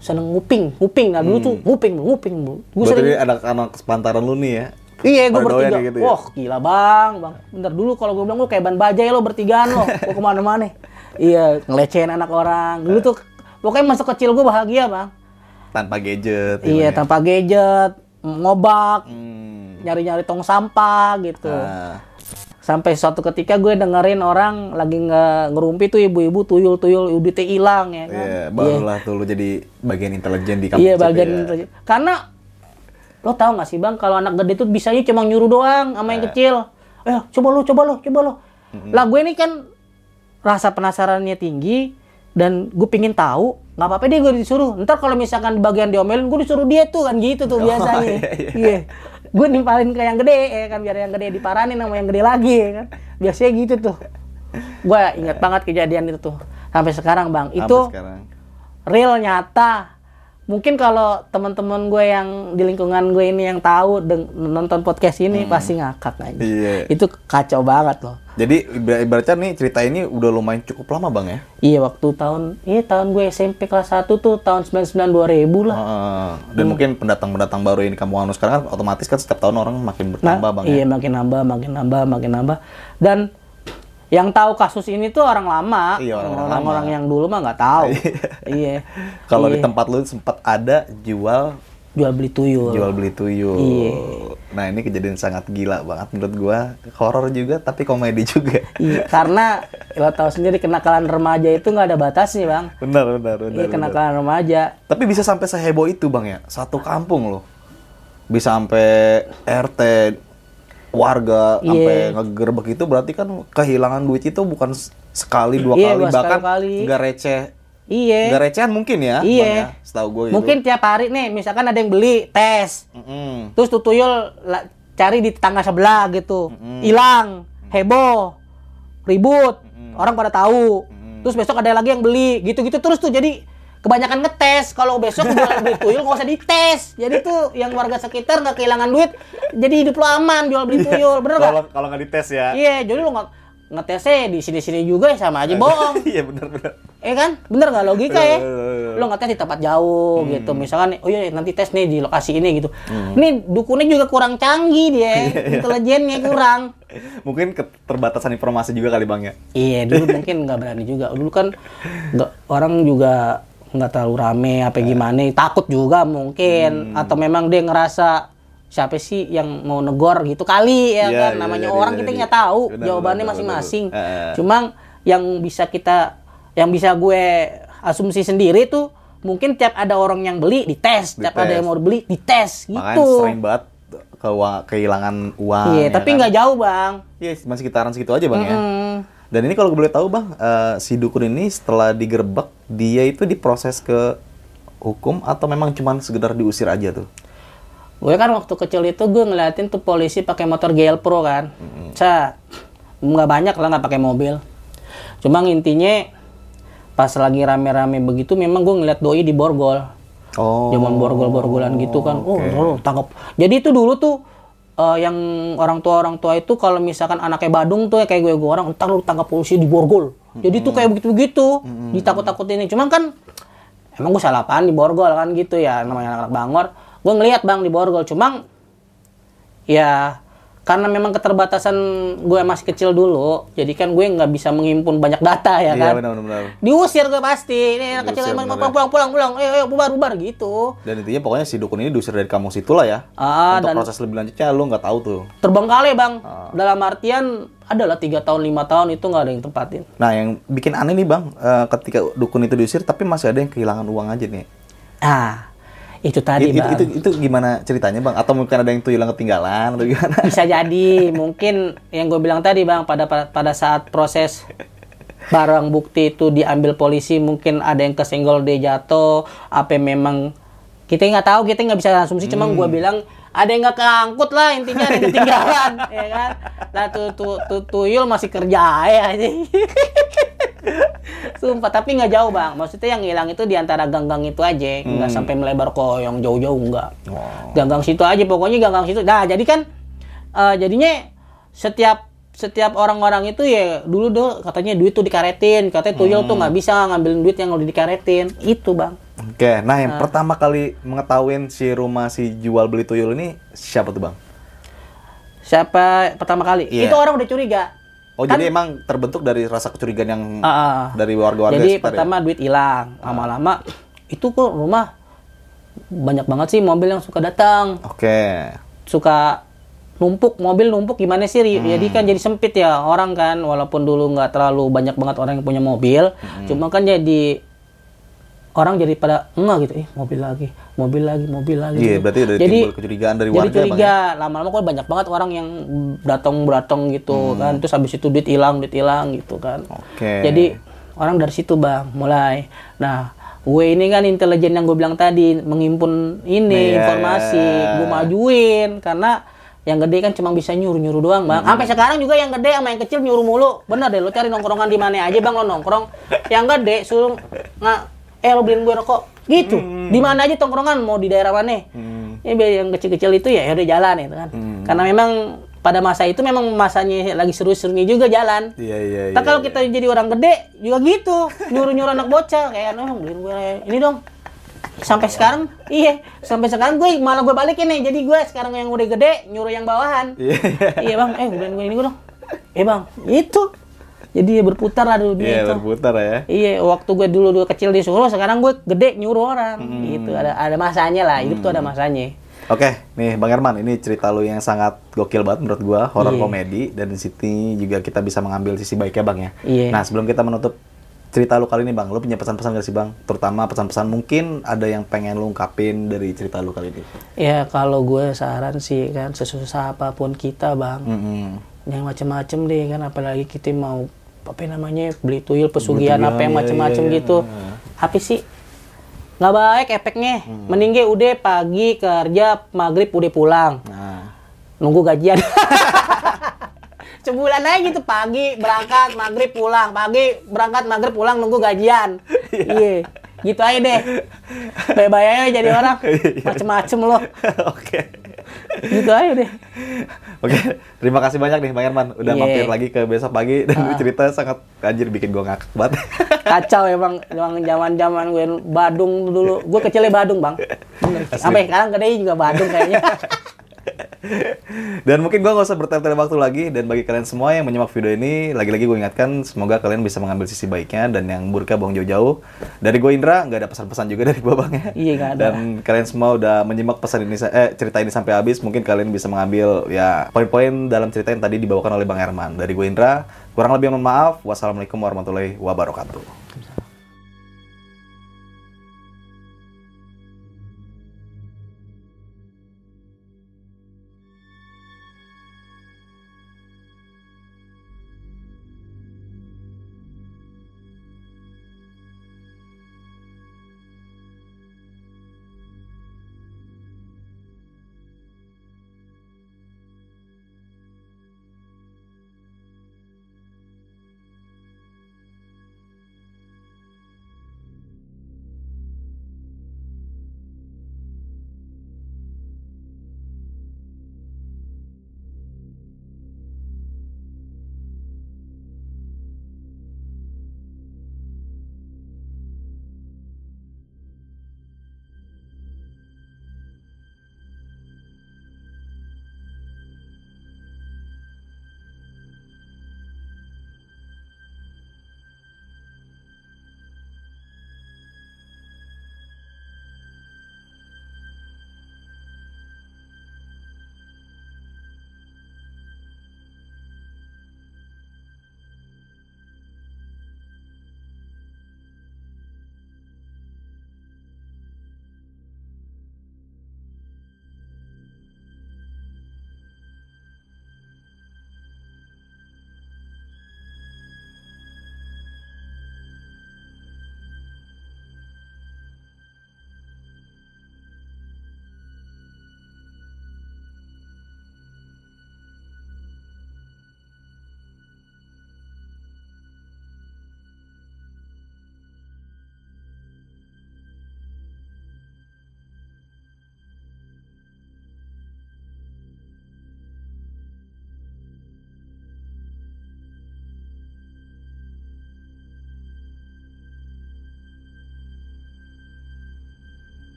seneng nguping. Nah dulu tuh nguping. Gue Berarti anak sepantaran lu nih ya? Iya, gue Pada doyan bertiga. kayak gitu ya? Wah, gila bang. Bentar dulu kalau gue bilang lu kayak ban bajai lo bertigaan lo. Gue kemana-mana. Iya, ngelecehin anak orang. Dulu tuh pokoknya masa kecil gue bahagia bang. Tanpa gadget. Iya, tanpa gadget, ngobak, nyari-nyari tong sampah gitu. Sampai suatu ketika gue dengerin orang lagi ngerumpi tuh ibu-ibu tuyul uditnya hilang ya kan. Iya, barulah tuh lu jadi bagian intelijen di kampus. Iya, bagian intelijen. Karena lo tau gak sih bang, kalau anak gede tuh bisanya cuma nyuruh doang sama yang kecil. Coba lo. Lah gue ini kan rasa penasarannya tinggi dan gue pingin tahu, nggak apa-apa deh gue disuruh. Ntar kalau misalkan bagian diomelin, gue disuruh dia tuh kan gitu tuh biasanya. Iya. Gue nimpalin ke yang gede ya kan, biar yang gede diparanin sama yang gede lagi ya kan. Biasanya gitu tuh. Gue ingat banget kejadian itu tuh. Sampai sekarang bang, itu real nyata. Mungkin kalau teman-teman gue yang di lingkungan gue ini yang tahu nonton podcast ini pasti ngakak aja. Iya. Itu kacau banget loh. Jadi ibaratnya nih cerita ini udah lumayan cukup lama bang ya? Iya, waktu tahun gue SMP kelas 1 tuh tahun 99 2000 lah. Dan mungkin pendatang baru ini kampung Anu sekarang kan otomatis kan setiap tahun orang makin bertambah bang ya? Iya, makin nambah. Dan yang tahu kasus ini tuh orang lama. Iya, orang-orang yang dulu mah nggak tahu. Iya. Kalau di tempat lu sempat ada jual beli tuyul. Iya. Nah, ini kejadian sangat gila banget menurut gua. Horor juga tapi komedi juga. Iya, karena lo tahu sendiri kenakalan remaja itu nggak ada batasnya, Bang. Benar. Iya, kenakalan remaja. Tapi bisa sampai seheboh itu, Bang ya. Satu kampung loh. Bisa sampai RT warga sampai ngegerebek itu, berarti kan kehilangan duit itu bukan sekali dua kali, bahkan nggak receh. Iya. Nggak recehan mungkin ya. Iya. Bang, ya? Setahu gue gitu. Mungkin tiap hari nih, misalkan ada yang beli tes, terus tuh tuyul cari di tetangga sebelah gitu, hilang, heboh, ribut, orang pada tahu. Terus besok ada lagi yang beli, gitu-gitu terus tuh jadi kebanyakan ngetes. Kalau besok beli tuyul nggak usah dites. Jadi tuh yang warga sekitar nggak kehilangan duit, jadi hidup lo aman jual beli tuyul, bener nggak? Kalau nggak dites ya. Iya, jadi lo nggak ngetesnya di sini-sini juga ya sama aja bohong. Iya bener. Kan, bener nggak logika ya? Lo ngetes di tempat jauh gitu, misalkan, oh iya nanti tes nih di lokasi ini gitu. Ini dukunnya juga kurang canggih dia, intelijennya kurang. Mungkin keterbatasan informasi juga kali bang ya. Iya, dulu mungkin nggak berani juga. Dulu kan orang juga nggak terlalu rame apa gimana, takut juga mungkin, atau memang dia ngerasa siapa sih yang mau negor gitu kali ya kan, namanya orang kita nggak tahu jawabannya masing-masing. Cuma yang bisa gue asumsi sendiri tuh mungkin tiap ada orang yang beli dites, tiap ada yang mau beli dites gitu. Makanya sering banget kehilangan uang. Iya, tapi nggak jauh bang. Iya, masih sekitaran segitu aja bang ya. Dan ini kalau boleh tahu bang, si dukun ini setelah digerebek, dia itu diproses ke hukum atau memang cuma sekedar diusir aja tuh? Gue kan waktu kecil itu gue ngeliatin tuh polisi pakai motor GL Pro kan. Nggak banyak lah, nggak pakai mobil. Cuma intinya pas lagi rame-rame begitu memang gue ngeliat doi di borgol. Zaman borgol-borgolan gitu kan. Tangkap. Jadi itu dulu tuh yang orang tua itu kalau misalkan anaknya badung tuh ya kayak gue orang, entar lu tangkap polisi di borgol. Jadi tuh kayak begitu-begitu, ditakut-takutin. Cuman kan emang gue salah apaan di borgol kan gitu ya, namanya anak Bangor. Gue ngeliat bang di borgol, cuma ya karena memang keterbatasan gue masih kecil dulu, jadi kan gue nggak bisa menghimpun banyak data ya kan. Iya benar. Diusir gue pasti. Ini anak kecil emang pulang, ayo bubar gitu. Dan intinya pokoknya si dukun ini diusir dari kampung situlah ya. Untuk proses lebih lanjutnya lu nggak tahu tuh. Terbengkalai bang. Dalam artian adalah 3 tahun 5 tahun itu nggak ada yang tempatin. Nah yang bikin aneh nih bang, ketika dukun itu diusir tapi masih ada yang kehilangan uang aja nih. Itu tadi bang. Itu gimana ceritanya bang? Atau mungkin ada yang tuyul ketinggalan atau gimana? Bisa jadi, mungkin yang gue bilang tadi bang, pada saat proses barang bukti itu diambil polisi, mungkin ada yang kesenggol dia jatuh, apa memang kita nggak tahu, kita nggak bisa asumsi. Cuma gue bilang ada yang nggak keangkut lah, intinya ada yang ketinggalan, ya kan? Lah tuh tuyul masih kerja ya. Sumpah, tapi nggak jauh bang. Maksudnya yang hilang itu di antara gang-gang itu aja, nggak sampai melebar ke yang jauh-jauh nggak. Gang-gang situ aja, pokoknya gang-gang situ. Nah jadi kan jadinya setiap orang-orang itu ya dulu katanya duit tuh dikaretin, katanya tuyul tuh nggak bisa ngambilin duit yang udah dikaretin, itu bang. Oke, nah yang pertama kali mengetahuin si rumah si jual beli tuyul ini siapa tuh bang? Siapa pertama kali? Iya. Itu orang udah curiga. Oh Kan- jadi emang terbentuk dari rasa kecurigaan yang dari warga-warga Jadi sekitar pertama ya? duit hilang, lama-lama itu kok rumah banyak banget sih mobil yang suka datang, Oke. suka numpuk, mobil numpuk gimana sih? Jadi kan jadi sempit ya orang kan, walaupun dulu nggak terlalu banyak banget orang yang punya mobil, cuma kan jadi orang jadi pada enggak gitu, mobil lagi Iya, gitu. berarti ada Jadi timbul kecurigaan dari jadi warga bang ya? curiga, lama-lama kok banyak banget orang yang datang gitu kan, terus habis itu duit hilang gitu kan. Oke. Jadi orang dari situ bang mulai. Nah, gue ini kan intelijen yang gue bilang tadi, menghimpun ini Iya. informasi, gue majuin karena yang gede kan cuma bisa nyuruh doang bang. Sampai sekarang juga yang gede sama yang kecil nyuruh mulu. Bener deh, lo cari nongkrongan di mana aja bang, lo nongkrong. Yang gede suruh lo beliin gue rokok gitu. Di mana aja tongkrongan, mau di daerah mana? Ya biar yang kecil-kecil itu ya udah jalan itu kan. Karena memang pada masa itu memang masanya lagi seru-serunya juga jalan. Iya. Tapi kalau kita jadi orang gede juga gitu, nyuruh anak bocah kayak beliin gue ini dong. Sampai sekarang gue malah gue balikin nih. Jadi gue sekarang yang udah gede nyuruh yang bawahan. Iya bang, beliin gue ini gue dong. Bang, itu. Jadi berputar lah dunia itu. Iya, berputar ya. Iya, waktu gue dulu kecil disuruh, sekarang gue gede nyuruh orang. Gitu, ada masanya lah. Hidup tuh ada masanya. Oke, nih Bang Herman, ini cerita lu yang sangat gokil banget menurut gua, horor Iya. komedi, dan di sini juga kita bisa mengambil sisi baiknya Bang ya. Iya. Nah, sebelum kita menutup cerita lu kali ini Bang, lu punya pesan-pesan gak sih Bang? Terutama pesan-pesan mungkin ada yang pengen lu ungkapin dari cerita lu kali ini. Ya kalau gue saran sih kan, sesusah apapun kita bang, yang macem-macem deh kan, apalagi kita mau beli tuyul pesugihan Beli tuyul, apa yang iya, macem-macem iya. gitu, apa sih nggak baik efeknya. Mending gue udah pagi kerja, maghrib udah pulang, Nah, nunggu gajian. Sebulan aja gitu, pagi berangkat, maghrib pulang, pagi berangkat, maghrib pulang, nunggu gajian. Iya, gitu aja deh. Bayarnya jadi orang macem-macem loh. Oke. Gitu aja deh. Oke, terima kasih banyak nih Bang Herman udah Iya. mampir lagi ke Besok Pagi dan lu cerita sangat anjir bikin gua ngakak banget. Kacau emang zaman-zaman gue Badung dulu. Gue kecilnya Badung, Bang. Bener. Sampai sekarang gede juga Badung kayaknya. Dan mungkin gua nggak usah bertele-tele waktu lagi, dan bagi kalian semua yang menyimak video ini, lagi-lagi gue ingatkan semoga kalian bisa mengambil sisi baiknya dan yang buruknya buang jauh-jauh. Dari gue Indra, nggak ada pesan-pesan juga dari gua Bang ya. Iya, nggak ada. Dan kalian semua udah menyimak pesan ini cerita ini sampai habis, mungkin kalian bisa mengambil ya poin-poin dalam cerita yang tadi dibawakan oleh Bang Herman. Dari gue Indra, kurang lebih mohon maaf. Wassalamualaikum warahmatullahi wabarakatuh.